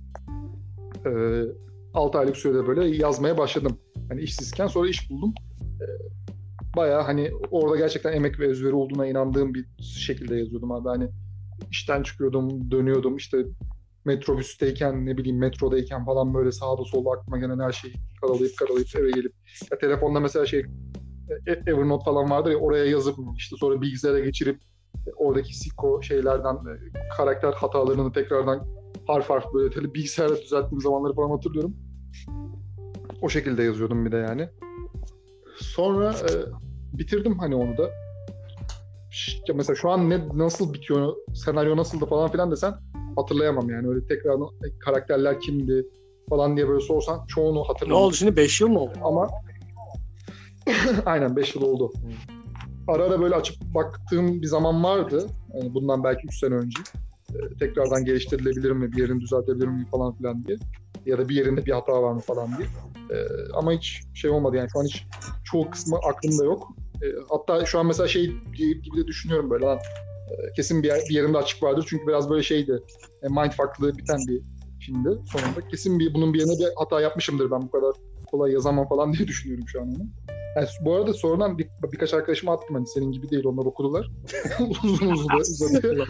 6 aylık sürede böyle yazmaya başladım. Hani işsizken sonra iş buldum. Bayağı hani orada gerçekten emek ve özveri olduğuna inandığım bir şekilde yazıyordum abi. Hani işten çıkıyordum, dönüyordum, işte metrobüsteyken, ne bileyim metrodayken falan böyle sağda solda aklıma gelen her şeyi karalayıp eve gelip, ya telefonda mesela Evernote falan vardır ya, oraya yazıp işte sonra bilgisayara geçirip oradaki siko şeylerden karakter hatalarını tekrardan harf böyle bilgisayarda düzelttiğim zamanları falan hatırlıyorum. O şekilde yazıyordum bir de yani. Sonra bitirdim hani onu da. Mesela şu an nasıl bitiyor, senaryo nasıldı falan filan desen hatırlayamam yani. Öyle tekrar karakterler kimdi falan diye böyle sorsan çoğunu hatırlamam. Ne oldu şimdi? 5 yıl mı oldu? Ama aynen 5 yıl oldu. Ara ara böyle açıp baktığım bir zaman vardı. Yani bundan belki 3 sene önce. Tekrardan geliştirilebilir mi, bir yerini düzeltebilir mi falan filan diye. Ya da bir yerinde bir hata var mı falan diye. Ama hiç şey olmadı yani, şu an hiç çoğu kısmı aklımda yok. Hatta şu an mesela gibi de düşünüyorum böyle, kesin bir yerinde açık vardır çünkü biraz böyle mindfuck'lı biten bir filmdi sonunda. Kesin bunun bir yerine bir hata yapmışımdır, ben bu kadar kolay yazamam falan diye düşünüyorum şu an onu. Yani bu arada sonradan birkaç arkadaşıma attım, hani senin gibi değil, onlar okudular. uzun uzadı.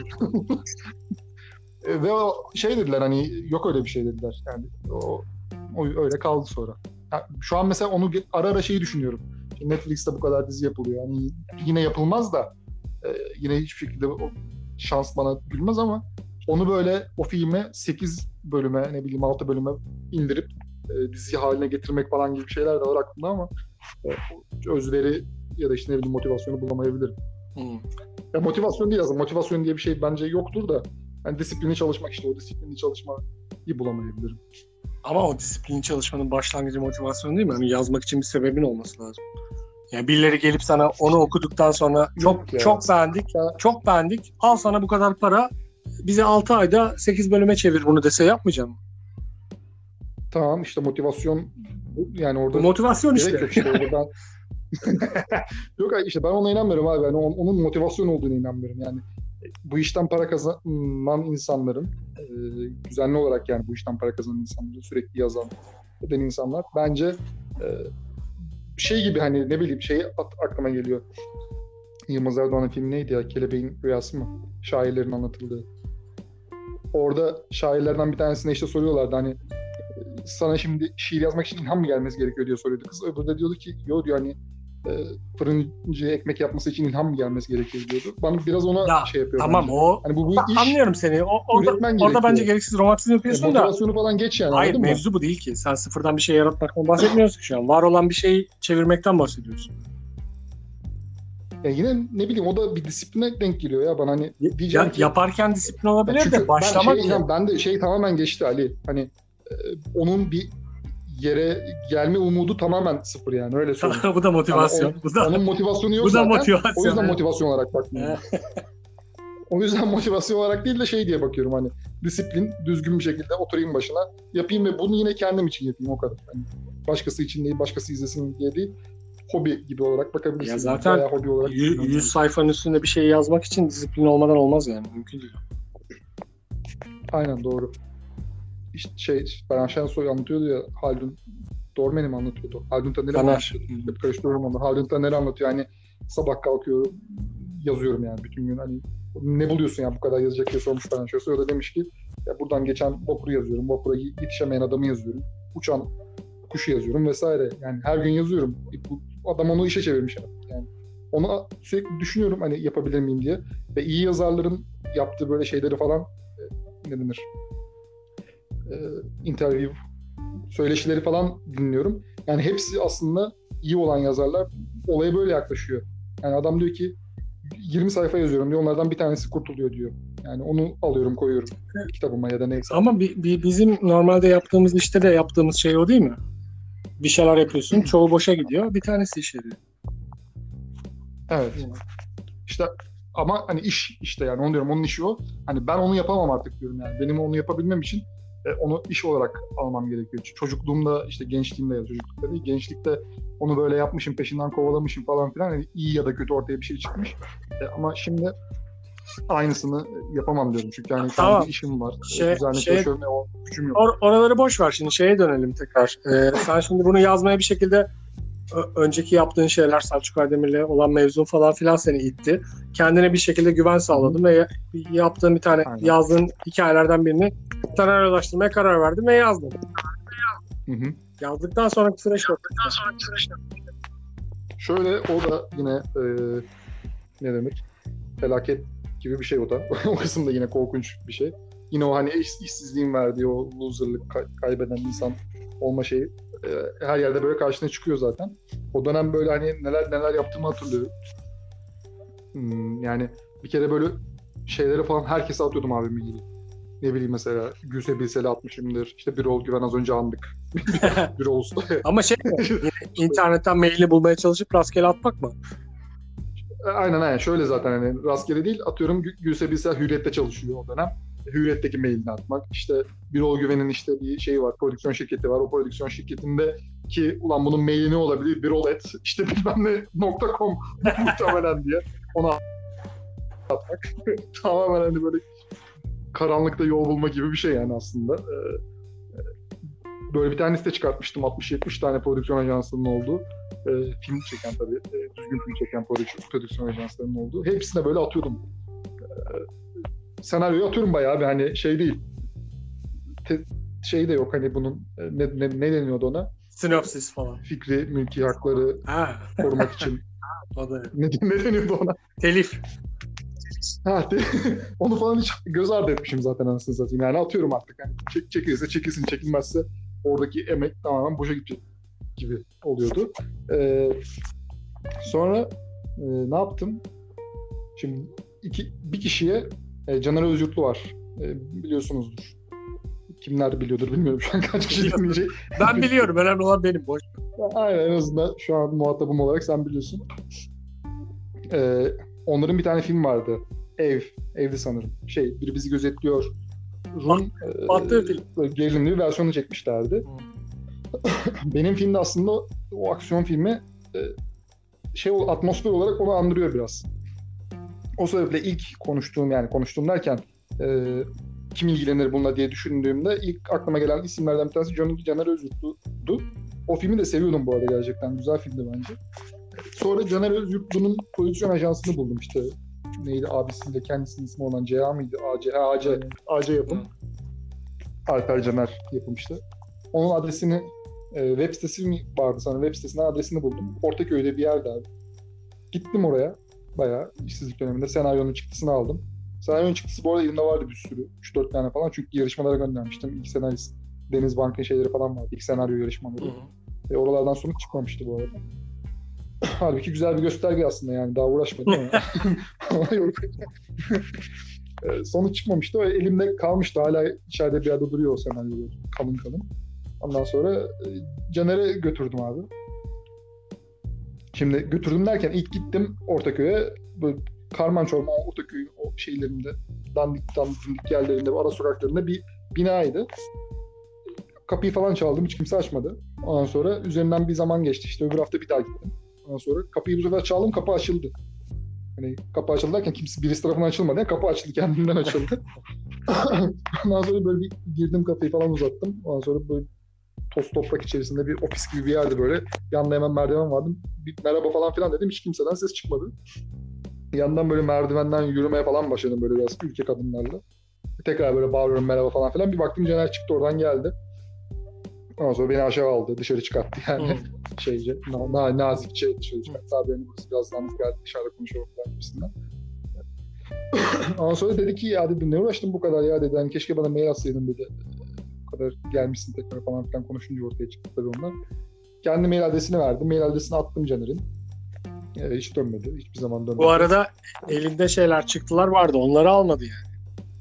Ve o dediler, hani yok öyle bir şey dediler. Yani o öyle kaldı sonra. Yani şu an mesela onu ara ara düşünüyorum. Netflix'te bu kadar dizi yapılıyor. Yani yine yapılmaz da yine hiçbir şekilde o şans bana gülmez, ama onu böyle o filmi 8 bölüme, ne bileyim 6 bölüme indirip dizi haline getirmek falan gibi şeyler de var aklımda, ama özveri ya da işte ne bileyim motivasyonu bulamayabilirim. Ya motivasyon değil aslında. Motivasyon diye bir şey bence yoktur da, yani disiplinli çalışmak, işte o disiplinli çalışmayı bulamayabilirim. Ama o disiplinli çalışmanın başlangıcı motivasyon değil mi? Hani yazmak için bir sebebin olması lazım. Yani birileri gelip sana onu okuduktan sonra çok beğendik. Al sana bu kadar para. Bize 6 ayda 8 bölüme çevir bunu dese yapmayacağım. Tamam, işte motivasyon yani orada. Bu motivasyon işte. Yok işte oradan. Yok işte ben ona inanmıyorum abi. Yani onun motivasyon olduğunu inanmıyorum. Yani bu işten para kazanan insanların, düzenli olarak yani bu işten para kazanan insanların, sürekli yazan eden insanlar bence gibi, hani ne bileyim aklıma geliyor. Yılmaz Erdoğan'ın filmi neydi ya? Kelebeğin Rüyası mı? Şairlerin anlatıldığı. Orada şairlerden bir tanesine işte soruyorlardı, hani sana şimdi şiir yazmak için ilham mı gelmesi gerekiyor diye soruyordu kız. Öbürü de diyordu ki yo diyor, hani fırıncıya ekmek yapması için ilham mı gelmesi gerekiyor diyordu. Ben biraz ona yapıyorum. Tamam bence. O. Hani bu iş, anlıyorum seni. Orada bence gereksiz romantizm yapıyorsun da. Motivasyonu falan geç yani. Hayır, mevzu bu değil ki. Sen sıfırdan bir şey yaratmaktan bahsetmiyorsun şu an. Var olan bir şeyi çevirmekten bahsediyorsun. Ya yine ne bileyim, o da bir disipline denk geliyor ya bana, hani diyeceğim ki. Yaparken disiplin olabilir de başlamak. Ben de tamamen geçti Ali. Hani onun bir yere gelme umudu tamamen sıfır yani, öyle söyleyeyim. Bu da motivasyon. Yani onun motivasyonu yok zaten. Motivasyon. O yüzden motivasyon olarak bakmıyorum. O yüzden motivasyon olarak değil de diye bakıyorum, hani disiplin, düzgün bir şekilde oturayım başına, yapayım ve bunu yine kendim için yapayım, o kadar. Yani başkası için değil, başkası izlesin diye değil, hobi gibi olarak bakabilirsin. Ya zaten yani, hobi olarak 100 sayfanın üstünde bir şey yazmak için disiplin olmadan olmaz yani, mümkün değil. Aynen, doğru. İşte Beren Şensoy anlatıyordu ya, Haldun Dormen'i mi anlatıyordu? Haldun Taner'i anlatıyordu. Hep karıştırıyorum onu. Haldun Taner'i anlatıyor. Yani sabah kalkıyorum, yazıyorum yani bütün gün. Hani ne buluyorsun ya bu kadar yazacak diye sormuş Beren Şensoy. O da demiş ki ya buradan geçen vapuru yazıyorum. Vapura yetişemeyen adamı yazıyorum. Uçan kuşu yazıyorum vesaire. Yani her gün yazıyorum. Bu adam onu işe çevirmiş yani. Onu sürekli düşünüyorum hani yapabilir miyim diye. Ve iyi yazarların yaptığı böyle şeyleri falan ne denir? interview söyleşileri falan dinliyorum. Yani hepsi aslında iyi olan yazarlar olaya böyle yaklaşıyor. Yani adam diyor ki 20 sayfa yazıyorum diyor. Onlardan bir tanesi kurtuluyor diyor. Yani onu alıyorum koyuyorum kitabıma ya da neyse. Ama bizim normalde yaptığımız işte de yaptığımız şey o değil mi? Bir şeyler yapıyorsun, çoğu boşa gidiyor, bir tanesi işe yarıyor. Evet. İşte ama hani iş işte yani onu diyorum onun işi o. Hani ben onu yapamam artık diyorum yani. Benim onu yapabilmem için onu iş olarak almam gerekiyor. Çocukluğumda işte gençliğimde ya çocuklukta değil gençlikte onu böyle yapmışım peşinden kovalamışım falan filan. Yani iyi ya da kötü ortaya bir şey çıkmış. Ama şimdi aynısını yapamam diyorum. Çünkü yani şu an bir işim var. Düzenli çalışıyorum ve o gücüm yok. Oraları boş ver. Şimdi şeye dönelim tekrar. Sen şimdi bunu yazmaya bir şekilde önceki yaptığın şeyler Selçuk Aydemir'le olan mevzun falan filan seni itti. Kendine bir şekilde güven sağladın ve yaptığın bir tane yazdığın hikayelerden birini senaryolaştırmaya karar verdin ve yazdın. Yazdıktan sonraki süreç şöyle o da yine ne demek felaket gibi bir şey o da. O kısımda yine korkunç bir şey. Yine o hani işsizliğin verdiği o loserlık, kaybeden insan olma şeyi her yerde böyle karşına çıkıyor zaten. O dönem böyle hani neler yaptığımı hatırlıyorum. Yani bir kere böyle şeylere falan herkese atıyordum abimle ilgili. Ne bileyim mesela Gülse Bilsel'e atmışımdır. İşte Birol Güven az önce andık. Birol Usta. Ama internetten maili bulmaya çalışıp rastgele atmak mı? Aynen. Şöyle zaten hani rastgele değil. Atıyorum Gülse Bilsel Hürriyet'te çalışıyor o dönem. Hürriyet'teki mailini atmak. İşte Birol Güven'in işte bir şeyi var. Prodüksiyon şirketi var. O prodüksiyon şirketinde ki ulan bunun maili ne olabilir? Birol et işte bilmem ne .com muhtemelen diye ona atmak. Tamamen hani böyle karanlıkta yol bulma gibi bir şey yani aslında. Böyle bir tane liste çıkartmıştım. 60-70 tane prodüksiyon ajanslarının olduğu. Film çeken tabii. Düzgün film çeken prodüksiyon ajanslarının olduğu. Hepsine böyle atıyordum. Senaryoyu atıyorum bayağı bir hani şey değil. Şey de yok hani bunun ne deniyordu ona? Sinopsis falan. Fikri, mülki hakları korumak için. ne deniyordu ona? Telif. Onu falan hiç göz ardı etmişim zaten anasını satayım. Yani atıyorum artık. Yani çekilirse çekilsin, çekilmezse oradaki emek tamamen boşa gidecek gibi oluyordu. Sonra ne yaptım? Şimdi bir kişiye Caner Özyurtlu var. Biliyorsunuzdur. Kimler biliyordur bilmiyorum şu an kaç kişi dinleyecek. Ben biliyorum. Önemli olan benim. Boş. Aynen en azından şu an muhatabım olarak sen biliyorsun. Onların bir tane film vardı. Evdi sanırım. Biri bizi gözetliyor. Battığı film. Gerilimli bir versiyonu çekmişlerdi. Benim filmde aslında o aksiyon filmi atmosfer olarak onu andırıyor biraz. O sebeple ilk konuştuğum derken kim ilgilenir bununla diye düşündüğümde ilk aklıma gelen isimlerden bir tanesi Caner Özyurtlu'du. O filmi de seviyordum bu arada gerçekten. Güzel filmdi bence. Sonra Caner Özyurtlu'nun prodüksiyon ajansını buldum işte. Neydi abisiyle kendisinin ismi olan CA mıydı? AC yapım. Alper Caner yapım işte. Onun adresini web sitesi mi vardı sana? Web sitesinden adresini buldum. Ortaköy'de bir yerde abi. Gittim oraya. Bayağı işsizlik döneminde senaryonun çıktısını aldım. Senaryonun çıktısı bu arada elimde vardı bir sürü. 3-4 tane falan. Çünkü yarışmalara göndermiştim. İlk senarist Deniz Bank'ın şeyleri falan vardı. İlk senaryo yarışmaları. Oralardan sonuç çıkmamıştı bu arada. Halbuki güzel bir gösterge aslında yani. Daha uğraşmadım ama. Sonuç çıkmamıştı. O elimde kalmıştı. Hala içeride bir yerde duruyor o senaryo. Kalın. Ondan sonra Caner'e götürdüm abi. Şimdi götürdüm derken ilk gittim Ortaköy'e. Böyle karman çorman Ortaköy'ün o şeylerinde dandik yerlerinde, ara sokaklarında bir binaydı. Kapıyı falan çaldım. Hiç kimse açmadı. Ondan sonra üzerinden bir zaman geçti. İşte öbür hafta bir daha gittim. Ondan sonra kapıyı bu sefer çaldım. Kapı açıldı. Hani kapı açıldı derken birisi tarafından açılmadı. Yani kapı açıldı. Kendinden açıldı. Ondan sonra böyle bir girdim kapıyı falan uzattım. Ondan sonra böyle toz toprak içerisinde bir ofis gibi bir yerde böyle. Yanında hemen merdiven vardı. Bir merhaba falan filan dedim. Hiç kimseden ses çıkmadı. Yandan böyle merdivenden yürümeye falan başladım böyle biraz ülke kadınlarla. Tekrar böyle bağırıyorum merhaba falan filan. Bir baktım Caner çıktı oradan geldi. Ondan sonra beni aşağı aldı. Dışarı çıkarttı yani. Nazikçe dışarı çıkarttı. Abi benim burası biraz yalnız geldi. Dışarıda konuşuyor falan gibisinden. Ondan sonra dedi ki ya dedi ne uğraştın bu kadar ya dedi. Hani keşke bana mail atsaydın dedi. Bu kadar gelmişsin tekrar falan filan konuşunca ortaya çıktı tabii onlar. Kendi mail adresini verdim. Mail adresini attım Caner'in. Hiç dönmedi. Hiçbir zaman dönmedi. Bu arada elinde şeyler çıktılar vardı. Onları almadı yani.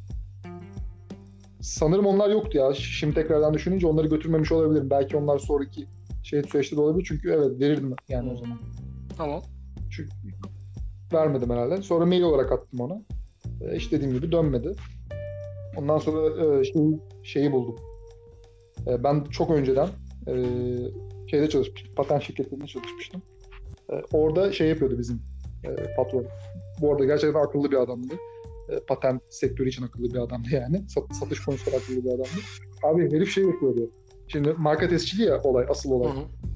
Sanırım onlar yoktu ya. Şimdi tekrardan düşününce onları götürmemiş olabilirim. Belki onlar sonraki süreçte de olabilir. Çünkü evet verirdim yani o zaman. Tamam. Çünkü vermedim herhalde. Sonra mail olarak attım ona. İşte dediğim gibi dönmedi. Ondan sonra şeyi buldum. Ben çok önceden şeyde çalışmıştım. Patent şirketlerinde çalışmıştım. Orada şey yapıyordu bizim patron. Bu arada gerçekten akıllı bir adamdı. Patent sektörü için akıllı bir adamdı yani. Satış konusunda akıllı bir adamdı. Abi herif şey yapıyordu. Şimdi marka tescili ya asıl olay.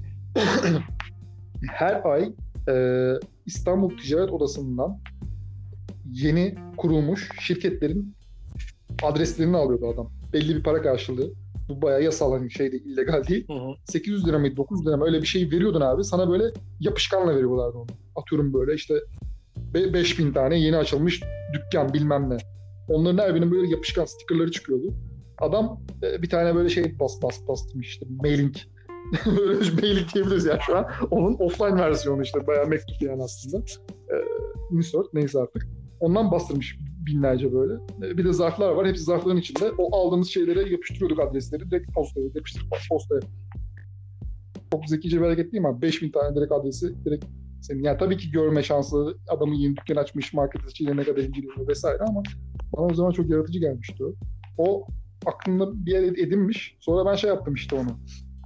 Her ay İstanbul Ticaret Odası'ndan yeni kurulmuş şirketlerin adreslerini alıyordu adam. Belli bir para karşılığı. Bu bayağı yasal, hani şey değil, illegal değil. 800 lira mıydı, 900 lira mı öyle bir şey veriyordun abi. Sana böyle yapışkanla veriyorlardı onu. Atıyorum böyle işte 5000 tane yeni açılmış dükkan bilmem ne. Onların her birinin böyle yapışkan stickerları çıkıyordu. Adam bir tane böyle şey bastırmış işte mailing. Böyle mailing diyebiliriz yani şu an. Onun offline versiyonu işte bayağı mektup yani aslında. Insert neyse artık. Ondan bastırmış binlerce böyle. Bir de zarflar var. Hepsi zarfların içinde. O aldığımız şeylere yapıştırıyorduk adresleri. Direkt postaya yapıştırıp postaya. Çok zekice bir hareket değil mi abi? 5000 tane direkt adresi direkt senin. Yani tabii ki görme şansı, adamın yeni dükkan açmış, market açısıyla ne kadar ilgileniyor vesaire ama bana o zaman çok yaratıcı gelmişti o. O aklımda bir yer edinmiş. Sonra ben şey yaptım işte onu.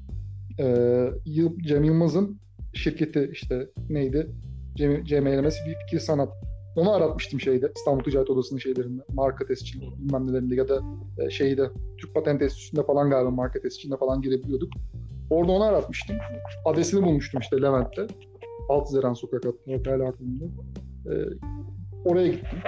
Cem Yılmaz'ın şirketi işte neydi? Cem Eylemez Fikir Sanat. Onu aratmıştım şeyde, İstanbul Ticaret Odası'nın şeylerinde, marka tescili bilmem nelerinde ya da şeyde, Türk Patent Enstitüsü'nde falan galiba marka tescilinde falan girebiliyorduk. Orada onu aratmıştım. Adresini bulmuştum işte Levent'te. Altızeran Sokak hattında, hala aklımda. Oraya gittim.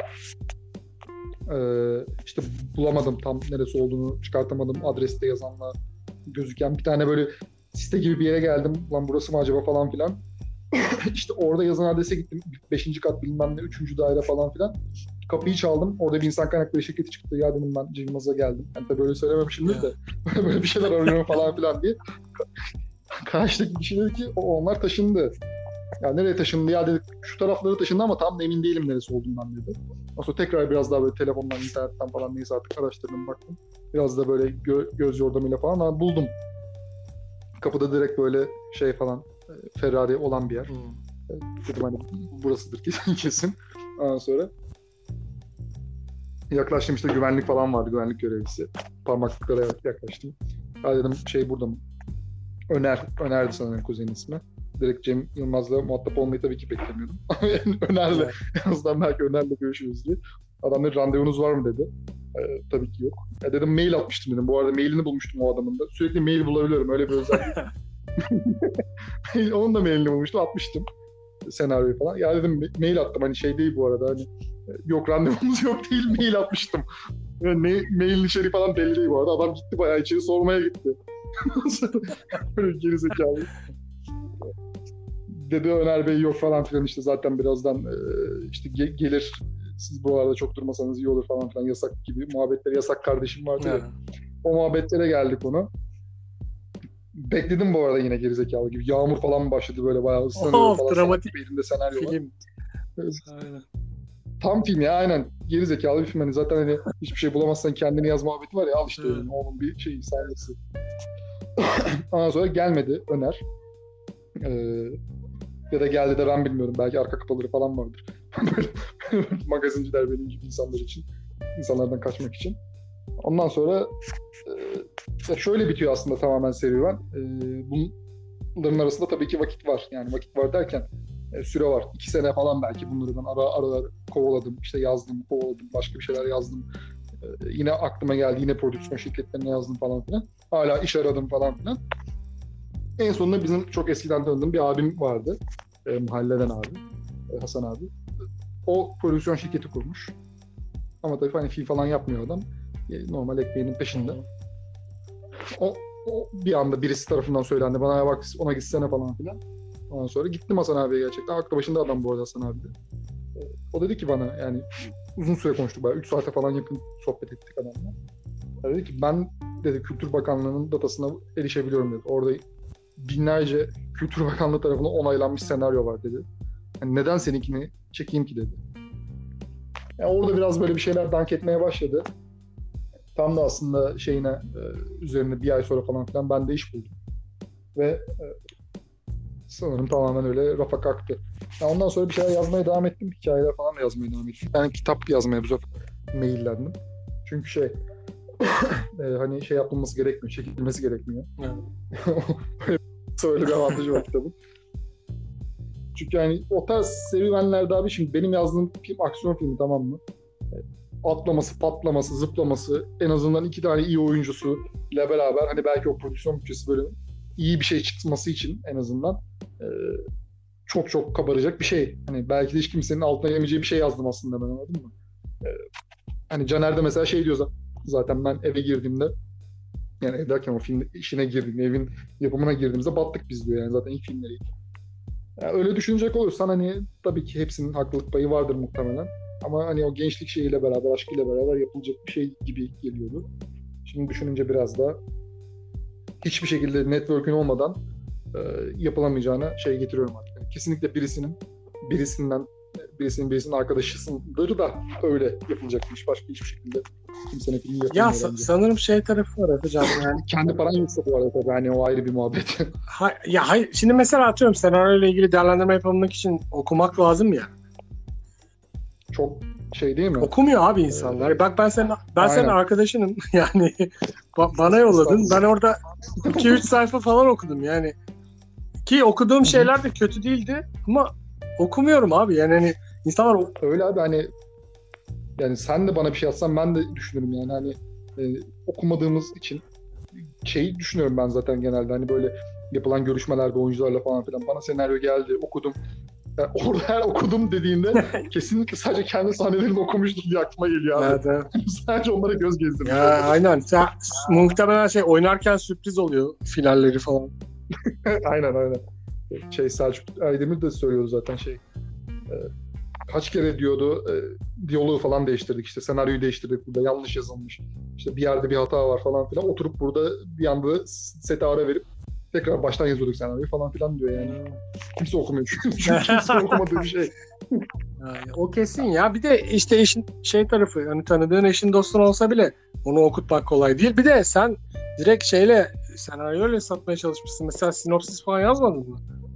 İşte bulamadım tam neresi olduğunu, çıkartamadım adreste yazanla gözüken. Bir tane böyle site gibi bir yere geldim. Lan burası mı acaba falan filan. İşte orada yazan adrese gittim. 5. kat bilmem ne, 3. daire falan filan. Kapıyı çaldım. Orada bir insan kaynakları şirketi çıktı. Ya dedim ben Cem Yılmaz'a geldim. Yani tabii böyle söylememişimdir de. Böyle bir şeyler arıyorum falan filan diye. Karşıdaki kişi dedi ki onlar taşındı. Ya nereye taşındı ya dedik. Şu tarafları taşındı ama tam emin değilim neresi olduğundan dedi. Ondan sonra tekrar biraz daha böyle telefondan, internetten falan neyse artık araştırdım baktım. Biraz da böyle göz yordamıyla falan ama buldum. Kapıda direkt böyle şey falan Ferrari olan bir yer. Dedim hani burasıdır kesin. Ondan sonra yaklaştım işte güvenlik falan vardı, güvenlik görevlisi. Parmaklıklara yaklaştım. Ya dedim şey burada mı? Önerdi sanırım kuzenin ismi. Direkt Cem Yılmaz'la muhatap olmayı tabii ki beklemiyordum. Öner'le, en azından belki Öner'le görüşürüz diye. Adam dedi randevunuz var mı dedi. Tabii ki yok. Dedim mail atmıştım dedim. Bu arada mailini bulmuştum o adamın da. Sürekli mail bulabiliyorum. Öyle bir özellik. Onun da mailini bulmuştum. Atmıştım. Senaryoyu falan. Ya dedim mail attım. Hani şey değil bu arada. Hani yok randevumuz yok değil. Mail atmıştım. Yani mailin içeriği falan belli değil bu arada. Adam gitti bayağı içeri sormaya gitti. Böyle gerizekalı. Dedi Öner Bey yok falan filan işte zaten birazdan işte gelir. Siz bu arada çok durmasanız iyi olur falan filan yasak gibi muhabbetler yasak kardeşim vardı ya. O muhabbetlere geldik onu. Bekledim bu arada yine gerizekalı gibi. Yağmur falan başladı böyle bayağı ıslanıyor falan. Dramatik elimde senaryo var. film. Aynen. Tam film ya aynen. Gerizekalı bir film. Hani zaten hani hiçbir şey bulamazsan kendini yaz muhabbeti var ya al işte yani. Onun bir şeyi sahnesi. Ondan sonra gelmedi Öner. Ya da geldi de ben bilmiyorum. Belki arka kapaları falan vardır. Magazinciler benim gibi insanlar için. İnsanlardan kaçmak için. Ondan sonra şöyle bitiyor aslında tamamen serüven. Bunların arasında tabii ki vakit var. Yani vakit var derken süre var. 2 sene falan belki bunları ben ara kovaladım. İşte yazdım, kovaladım. Başka bir şeyler yazdım. Yine aklıma geldi. Yine prodüksiyon şirketlerine yazdım falan filan. Hala iş aradım falan filan. En sonunda bizim çok eskiden tanıdığım bir abim vardı. Mahalleden abi. Hasan abi. O prodüksiyon şirketi kurmuş. Ama tabii hani film falan yapmıyor adam. Normal ekmeğinin peşinde. O bir anda birisi tarafından söylendi. Bana bak ona gitsene falan filan. Ondan sonra gittim Hasan abiye gerçekten. Aklı başında adam bu arada Hasan abi de. O dedi ki bana yani uzun süre konuştuk. Bayağı 3 saate falan yakın sohbet ettik adamla. Dedi ki ben dedi Kültür Bakanlığı'nın datasına erişebiliyorum dedi. Orada binlerce Kültür Bakanlığı tarafından onaylanmış senaryo var dedi. Yani neden seninkini çekeyim ki dedi. Yani orada biraz böyle bir şeyler dank etmeye başladı. Tam da aslında üzerine bir ay sonra falan filan ben de iş buldum. Ve sanırım tamamen öyle rafa kalktı. Yani ondan sonra bir şeyler yazmaya devam ettim. Hikayeler falan da yazmaya devam ettim. Yani kitap yazmaya bu sefer maillendim. Çünkü hani yapılması gerekmiyor, çekilmesi gerekmiyor. Evet. Öyle bir avantajı var kitabın. Çünkü yani o tarz serüvenlerde abi şimdi benim yazdığım film aksiyon filmi, tamam mı? Atlaması, patlaması, zıplaması, en azından 2 tane iyi oyuncusu ile beraber hani belki o prodüksiyon bütçesi böyle iyi bir şey çıkması için en azından çok çok kabaracak bir şey. Hani belki de hiç kimsenin altına yemeyeceği bir şey yazdım aslında ben, anladın mı? Hani Caner'de mesela diyor zaten ben eve girdiğimde, yani ev derken o film işine girdiğimde, evin yapımına girdiğimizde battık biz diyor yani zaten ilk filmleriydi. Yani öyle düşünecek olursan hani tabii ki hepsinin haklılık payı vardır muhtemelen. Ama hani o gençlik şeyiyle beraber, aşkıyla beraber yapılacak bir şey gibi geliyordu. Şimdi düşününce biraz da hiçbir şekilde network'ün olmadan yapılamayacağına getiriyorum artık. Yani kesinlikle birisinin arkadaşısındır da öyle yapılacakmış. Başka hiçbir şekilde kimsenin filmi yapılmıyor. Ya sanırım tarafı var Efecan yani. Kendi paran yoksa bu arada tabii hani o ayrı bir muhabbet. Hayır. Şimdi mesela atıyorum senaryoyla ilgili değerlendirme yapabilmek için okumak lazım ya. Çok değil mi? Okumuyor abi insanlar. Bak ben senin arkadaşınım. Yani bana yolladın. Ben orada 2-3 sayfa falan okudum yani. Ki okuduğum şeyler de kötü değildi ama okumuyorum abi. Yani hani insanlar öyle abi, hani yani sen de bana bir şey yazsan ben de düşünürüm yani hani okumadığımız için düşünüyorum ben zaten genelde hani böyle yapılan görüşmelerde oyuncularla falan filan bana senaryo geldi, okudum. Yani orada her okudum dediğinde kesinlikle sadece kendi sahnelerini okumuştur diye aklıma geliyor abi. Evet. Sadece onlara göz gezdirmiş. Ya aynen. Muhtemelen oynarken sürpriz oluyor finalleri falan. Aynen. Selçuk Aydemir de söylüyordu zaten kaç kere diyordu diyaloğu falan değiştirdik, işte senaryoyu değiştirdik, burada yanlış yazılmış, işte bir yerde bir hata var falan filan, oturup burada bir anda sete ara verip tekrar baştan yazıyorduk senaryoyu falan filan diyor yani. Kimse okumuyor çünkü kimse okumadığı bir şey. Yani, o kesin ya. Bir de işte işin tarafı, hani tanıdığın eşin dostun olsa bile onu okutmak kolay değil. Bir de sen direkt senaryoyla satmaya çalışmışsın. Mesela sinopsis falan yazmadın mı?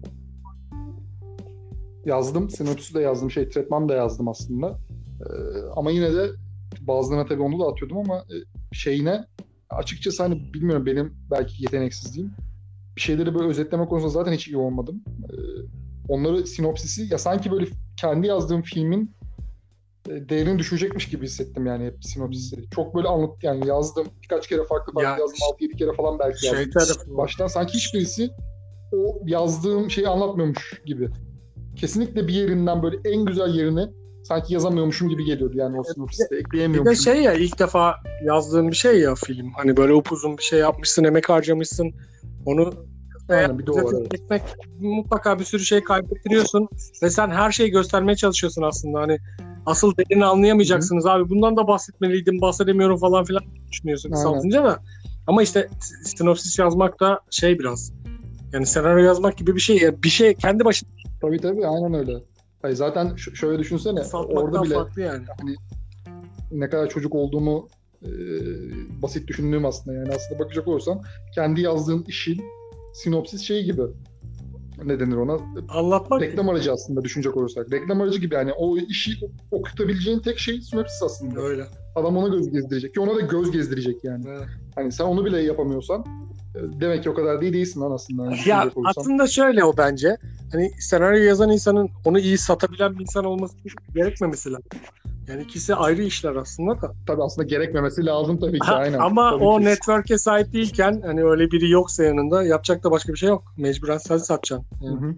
Yazdım. Sinopsisi de yazdım. Tretman da yazdım aslında. Ama yine de bazılarına tabii onu da atıyordum ama açıkçası hani bilmiyorum, benim belki yeteneksizliğim. Bir şeyleri böyle özetleme konusunda zaten hiç iyi olmadım. Onları sinopsisi ya sanki böyle kendi yazdığım filmin değerini düşürecekmiş gibi hissettim yani hep sinopsisi. Çok böyle yani yazdım. Birkaç kere farklı yazdım. 6-7 kere falan belki yazdım. Baştan sanki hiçbirisi o yazdığım şeyi anlatmıyormuş gibi. Kesinlikle bir yerinden böyle en güzel yerini sanki yazamıyormuşum gibi geliyordu yani o sinopsiste. Ekleyemiyormuşum. Bir de ilk defa yazdığın bir şey ya film. Hani böyle upuzun bir şey yapmışsın, emek harcamışsın. Onu bir de o var. Etmek, mutlaka bir sürü şey kaybettiriyorsun ve sen her şeyi göstermeye çalışıyorsun aslında. Hani asıl değerini anlayamayacaksınız. Abi bundan da bahsetmeliydim, bahsedemiyorum falan filan düşünüyorsun kısaltınca da. Ama işte sinopsis yazmak da biraz. Yani senaryo yazmak gibi bir şey. Yani bir şey kendi başına. Tabii aynen öyle. Hayır, zaten şöyle düşünsene. Orada bile farklı yani. Hani ne kadar çocuk olduğumu basit düşündüğüm aslında yani aslında bakacak olursan kendi yazdığın işin sinopsis gibi. Ne denir ona? Anlatmak. Reklam aracı aslında düşünecek olursak. Reklam aracı gibi yani o işi okutabileceğin tek şey sinopsis aslında. Öyle. Adam ona göz gezdirecek ki ona da göz gezdirecek yani. Evet. Hani sen onu bile yapamıyorsan demek ki o kadar değilsin lan aslında. Yani ya aslında o bence. Hani senaryo yazan insanın onu iyi satabilen bir insan olması gerekmemesi lazım. Yani ikisi ayrı işler aslında da. Tabii aslında gerekmemesi lazım tabii ki. Aynen. Ama tabii o network'e sahip değilken hani öyle biri yoksa yanında yapacak da başka bir şey yok. Mecburen sen satacaksın. Yani.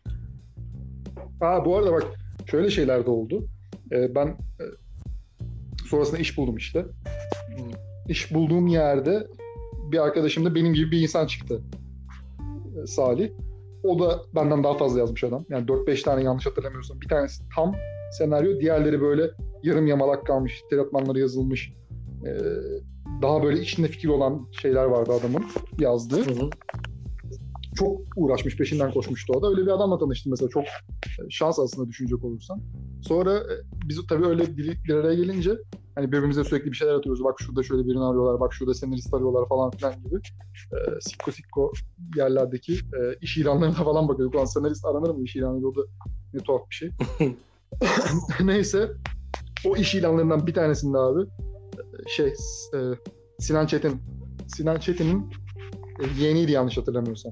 Bu arada bak şöyle şeyler de oldu. Ben sonrasında iş buldum işte. İş bulduğum yerde bir arkadaşım da benim gibi bir insan çıktı. Salih. O da benden daha fazla yazmış adam. Yani 4-5 tane yanlış hatırlamıyorsam. Bir tanesi tam senaryo, diğerleri böyle yarım yamalak kalmış. Tiratmanları yazılmış. daha böyle içinde fikir olan şeyler vardı adamın yazdığı. Hı. Çok uğraşmış, peşinden koşmuştu o da. Öyle bir adamla tanıştım mesela. Çok şans aslında düşünecek olursan. Sonra biz tabii öyle bir araya gelince hani birbirimize sürekli bir şeyler atıyoruz. Bak şurada şöyle birini arıyorlar, bak şurada senarist arıyorlar falan filan gibi. Sikko yerlerdeki iş ilanlarına falan bakıyorduk. Ulan senarist aranır mı iş ilanıyla? O da ne tuhaf bir şey. Neyse. O iş ilanlarından bir tanesinde abi Sinan Çetin'in yeğeniydi yanlış hatırlamıyorsam.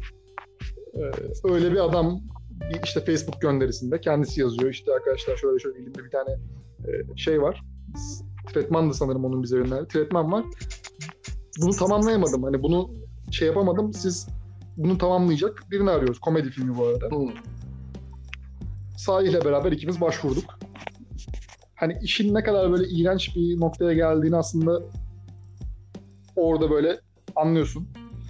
Öyle bir adam işte Facebook gönderisinde kendisi yazıyor. İşte arkadaşlar şöyle elimde bir tane şey var. Tretmandı sanırım onun bize önerdiği. Tretman var. Bunu tamamlayamadım. Hani bunu şey yapamadım. Siz bunu tamamlayacak birini arıyoruz. Komedi filmi bu arada. Salih'le beraber ikimiz başvurduk. Hani işin ne kadar böyle iğrenç bir noktaya geldiğini aslında orada böyle anlıyorsun.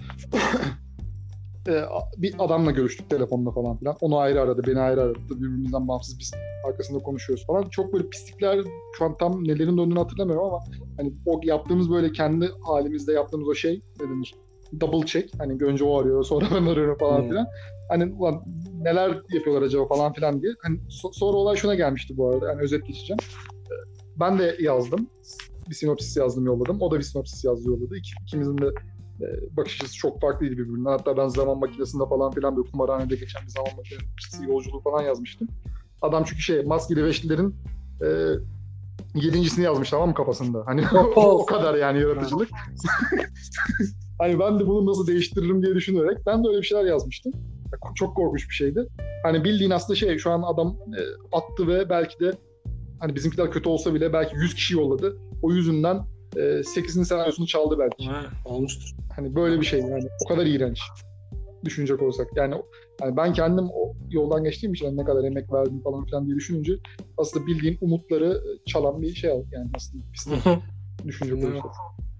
Bir adamla görüştük telefonda falan filan. Onu ayrı aradı, beni ayrı aradı. Birbirimizden bağımsız biz arkasında konuşuyoruz falan. Çok böyle pislikler, şu an tam nelerin döndüğünü hatırlamıyorum ama hani o yaptığımız böyle kendi halimizde yaptığımız o şey ne denir? Double check. Hani önce o arıyor, sonra ben arıyorum falan filan. Hani ulan neler yapıyorlar acaba falan filan diye. Hani sonra olay şuna gelmişti bu arada. Yani özet geçeceğim. Ben de yazdım. Bir sinopsis yazdım, yolladım. O da bir sinopsis yazdı, yolladı. İkimizin de bakış açısı çok farklıydı birbirinden. Hatta ben zaman makinesinde falan filan böyle kumarhanede geçen bir zaman makinesi yolculuğu falan yazmıştım. Adam çünkü Maskeli Beşlilerin 7.'sini yazmış, tamam mı, kafasında. Hani o kadar yani yaratıcılık. Hani ben de bunu nasıl değiştiririm diye düşünerek ben de öyle bir şeyler yazmıştım. Çok korkunç bir şeydi. Hani bildiğin aslında şu an adam attı ve belki de hani bizimkiler kötü olsa bile belki 100 kişi yolladı. O yüzünden 8'in senaryosunu çaldı belki. Olmuştur. Hani böyle bir şey yani. O kadar iğrenç. Düşünecek olsak. Yani ben kendim o yoldan geçtiğim için ne kadar emek verdim falan filan diye düşününce aslında bildiğin umutları çalan bir şey yani aslında. Düşünecek olursak.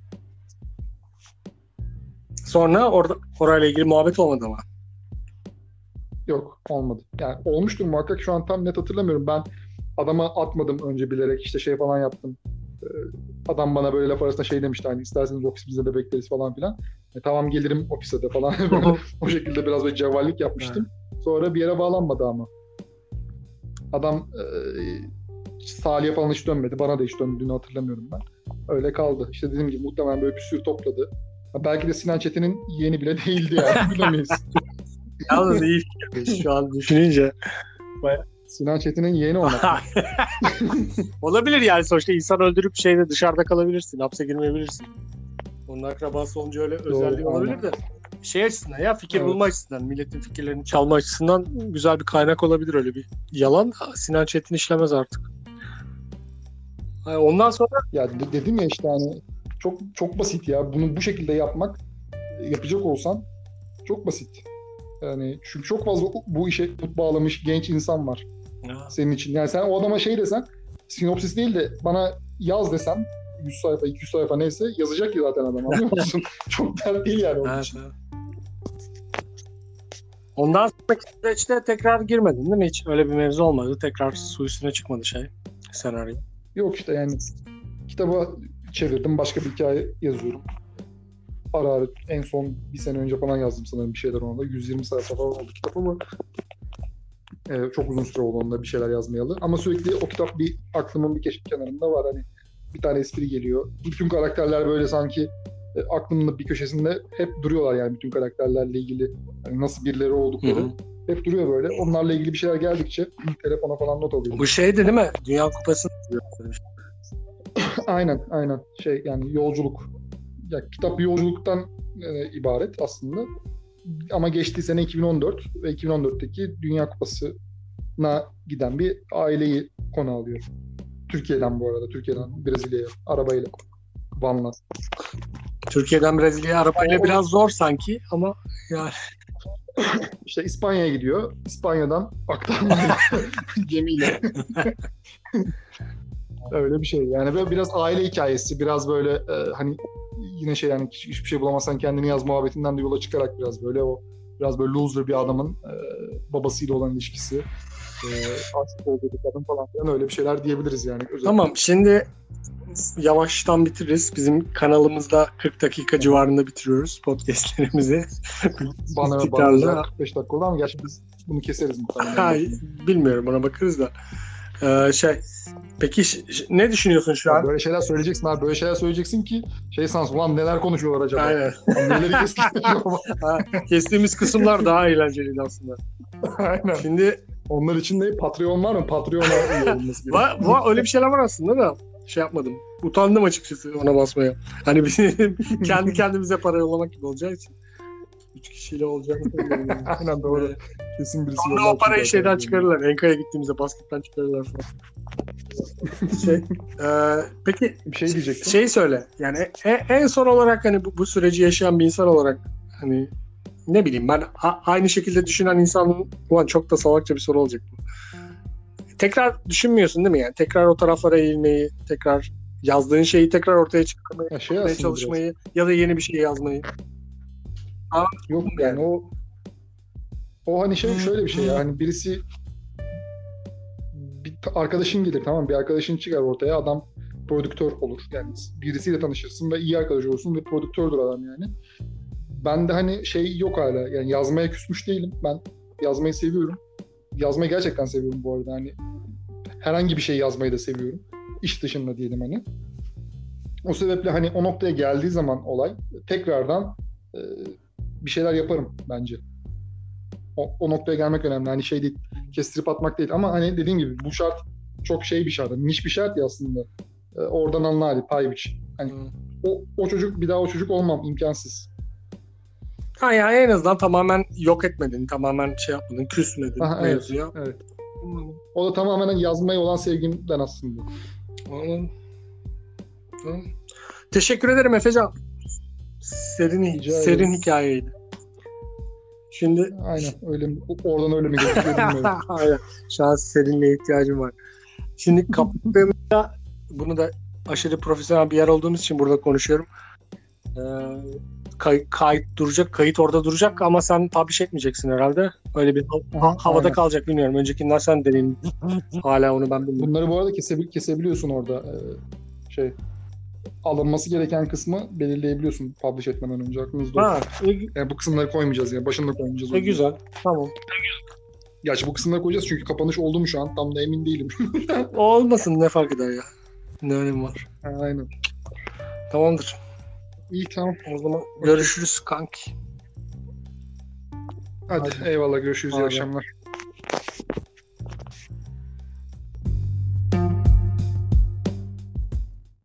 Sonra orayla ilgili muhabbet olmadı ama. Yok, olmadı. Yani olmuştur muhakkak, şu an tam net hatırlamıyorum. Ben adama atmadım önce bilerek, işte falan yaptım. Adam bana böyle laf arasında demişti, hani isterseniz ofisimizde de bekleriz falan filan. Tamam gelirim ofise de falan. O şekilde biraz böyle cevvallik yapmıştım. Sonra bir yere bağlanmadı ama. Adam Salih'e falan hiç dönmedi. Bana da hiç döndüğünü hatırlamıyorum ben. Öyle kaldı. İşte dediğim gibi muhtemelen böyle bir sürü topladı. Belki de Sinan Çetin'in yeğeni bile değildi yani. Bilemeyiz. Yalnız iyi fikirmiş şu an düşününce. Sinan Çetin'in yeğeni olmak. Olabilir yani, sonuçta insan öldürüp dışarıda kalabilirsin. Hapse girmeyebilirsin. Onun akrabası olunca öyle özelliği olabilir de. Açısından ya, fikir bulma açısından, milletin fikirlerini çalma açısından güzel bir kaynak olabilir öyle bir yalan. Sinan Çetin işlemez artık. Yani ondan sonra ya dedim ya işte hani çok çok basit ya. Bunu bu şekilde yapacak olsan çok basit. Yani çünkü çok fazla bu işe bağlamış genç insan var. Senin için. Yani sen o adama desen, sinopsis değil de bana yaz desem 100 sayfa, 200 sayfa neyse yazacak ya zaten adam, anlıyor musun? Çok dert değil yani onun için. Evet. Ondan sonraki süreçte tekrar girmedin değil mi? Hiç öyle bir mevzu olmadı. Tekrar su üstüne çıkmadı senaryo. Yok işte yani kitabı çevirdim. Başka bir hikaye yazıyorum. Ara en son bir sene önce falan yazdım sanırım bir şeyler ona da. 120 sayfa falan oldu kitap ama çok uzun süre oldu onunla bir şeyler yazmayalı. Ama sürekli o kitap bir aklımın bir köşe kenarında var. Hani bir tane espri geliyor. Bütün karakterler böyle sanki aklımın bir köşesinde hep duruyorlar yani, bütün karakterlerle ilgili yani nasıl birileri oldukları. Hı-hı. Hep duruyor böyle. Onlarla ilgili bir şeyler geldikçe telefona falan not alıyorum. Bu değil mi? Dünya Kupası'nı Aynen. Yani yolculuk. Ya kitap bir yolculuktan ibaret aslında. Ama geçtiği sene 2014 ve 2014'teki Dünya Kupası'na giden bir aileyi konu alıyor. Türkiye'den bu arada. Türkiye'den Brezilya'ya arabayla. Van'la. Türkiye'den Brezilya'ya arabayla biraz zor sanki ama yani. İşte İspanya'ya gidiyor. İspanya'dan aktarmayla gemiyle. Öyle bir şey. Yani böyle biraz aile hikayesi, biraz böyle hani yine yani hiçbir şey bulamazsan kendini yaz muhabbetinden de yola çıkarak biraz böyle loser bir adamın babasıyla olan ilişkisi. aşık olduğu bir kadın falan filan öyle bir şeyler diyebiliriz yani. Özellikle. Tamam, şimdi yavaştan bitiririz. Bizim kanalımızda 40 dakika civarında bitiriyoruz podcastlerimizi. Bana İstikrarlı. özel 45 dakika oldu ama gerçi biz bunu keseriz Ha, bilmiyorum, ona bakarız da. Peki ne düşünüyorsun şu an? Böyle şeyler söyleyeceksin abi. Böyle şeyler söyleyeceksin ki sansın. Ulan neler konuşuyorlar acaba? Aynen. Neleri kesiyor? Kestiğimiz kısımlar daha eğlenceliydi aslında. Aynen. Şimdi onlar için de Patreon var mı? Patreon'a üye olması gerekiyor. var, öyle bir şeyler var aslında da şey yapmadım. Utandım açıkçası ona basmaya. Hani bizim kendi kendimize para yollamak gibi olacağı için. 3 kişiyle olacağını söylüyorum. Yani. Aynen doğru. Kesin birisi Sonra o parayı şeyden çıkarırlar. Enka'ya gittiğimizde basketten çıkarırlar falan. Peki bir şey diyecektim. Şey söyle. Yani en son olarak hani bu süreci yaşayan bir insan olarak hani ne bileyim ben aynı şekilde düşünen insanın ulan çok da salakça bir soru olacak bu. Tekrar düşünmüyorsun değil mi yani? Tekrar o taraflara eğilmeyi, tekrar yazdığın şeyi tekrar ortaya çıkarmaya çalışmayı biraz. Ya da yeni bir şey yazmayı. Yok yani o hani şöyle bir şey ya hani birisi bir arkadaşın gelir tamam bir arkadaşın çıkar ortaya adam prodüktör olur yani birisiyle tanışırsın ve iyi arkadaş olursun ve prodüktördür adam yani. Ben de hani yok hala yani yazmaya küsmüş değilim ben yazmayı seviyorum yazmayı gerçekten seviyorum bu arada hani herhangi bir şey yazmayı da seviyorum iş dışında diyelim hani o sebeple hani o noktaya geldiği zaman olay tekrardan bir şeyler yaparım bence. O noktaya gelmek önemli. Hani değil, kestirip atmak değil. Ama hani dediğim gibi bu şart çok bir şart. Niş bir şart ya aslında. Oradan alınan hali, pay biç. Hani o çocuk bir daha o çocuk olmam. imkansız. Ha yani en azından tamamen yok etmedin. Tamamen yapmadın. Küsmedin mevzuya. Evet. O da tamamen yazmaya olan sevgimden aslında. Teşekkür ederim Efecan. Serin hikayeydi. Şimdi aynen öyle mi? Oradan öyle mi gözüküyor bilmiyorum. Aynen. Şu an serinliğe ihtiyacım var. Şimdi kapattığımda bunu da aşırı profesyonel bir yer olduğumuz için burada konuşuyorum. Kayıt orada duracak ama sen publish etmeyeceksin herhalde. Öyle bir havada aynen. Kalacak bilmiyorum. Öncekinden sen deneyim. Hala onu ben bilmiyorum. Bunları bu arada kesebiliyorsun orada. Alınması gereken kısmı belirleyebiliyorsun publish etmeden önce aklınızda olsun. Yani bu kısımları koymayacağız yani başında koymayacağız. Güzel. Tamam. Gerçi bu kısımları koyacağız çünkü kapanış oldu mu şu an tam da emin değilim. Olmasın ne fark eder ya. Ne önemi var. Aynen. Tamamdır. İyi tamam. O zaman görüşürüz kanki. Hadi eyvallah görüşürüz. İyi akşamlar.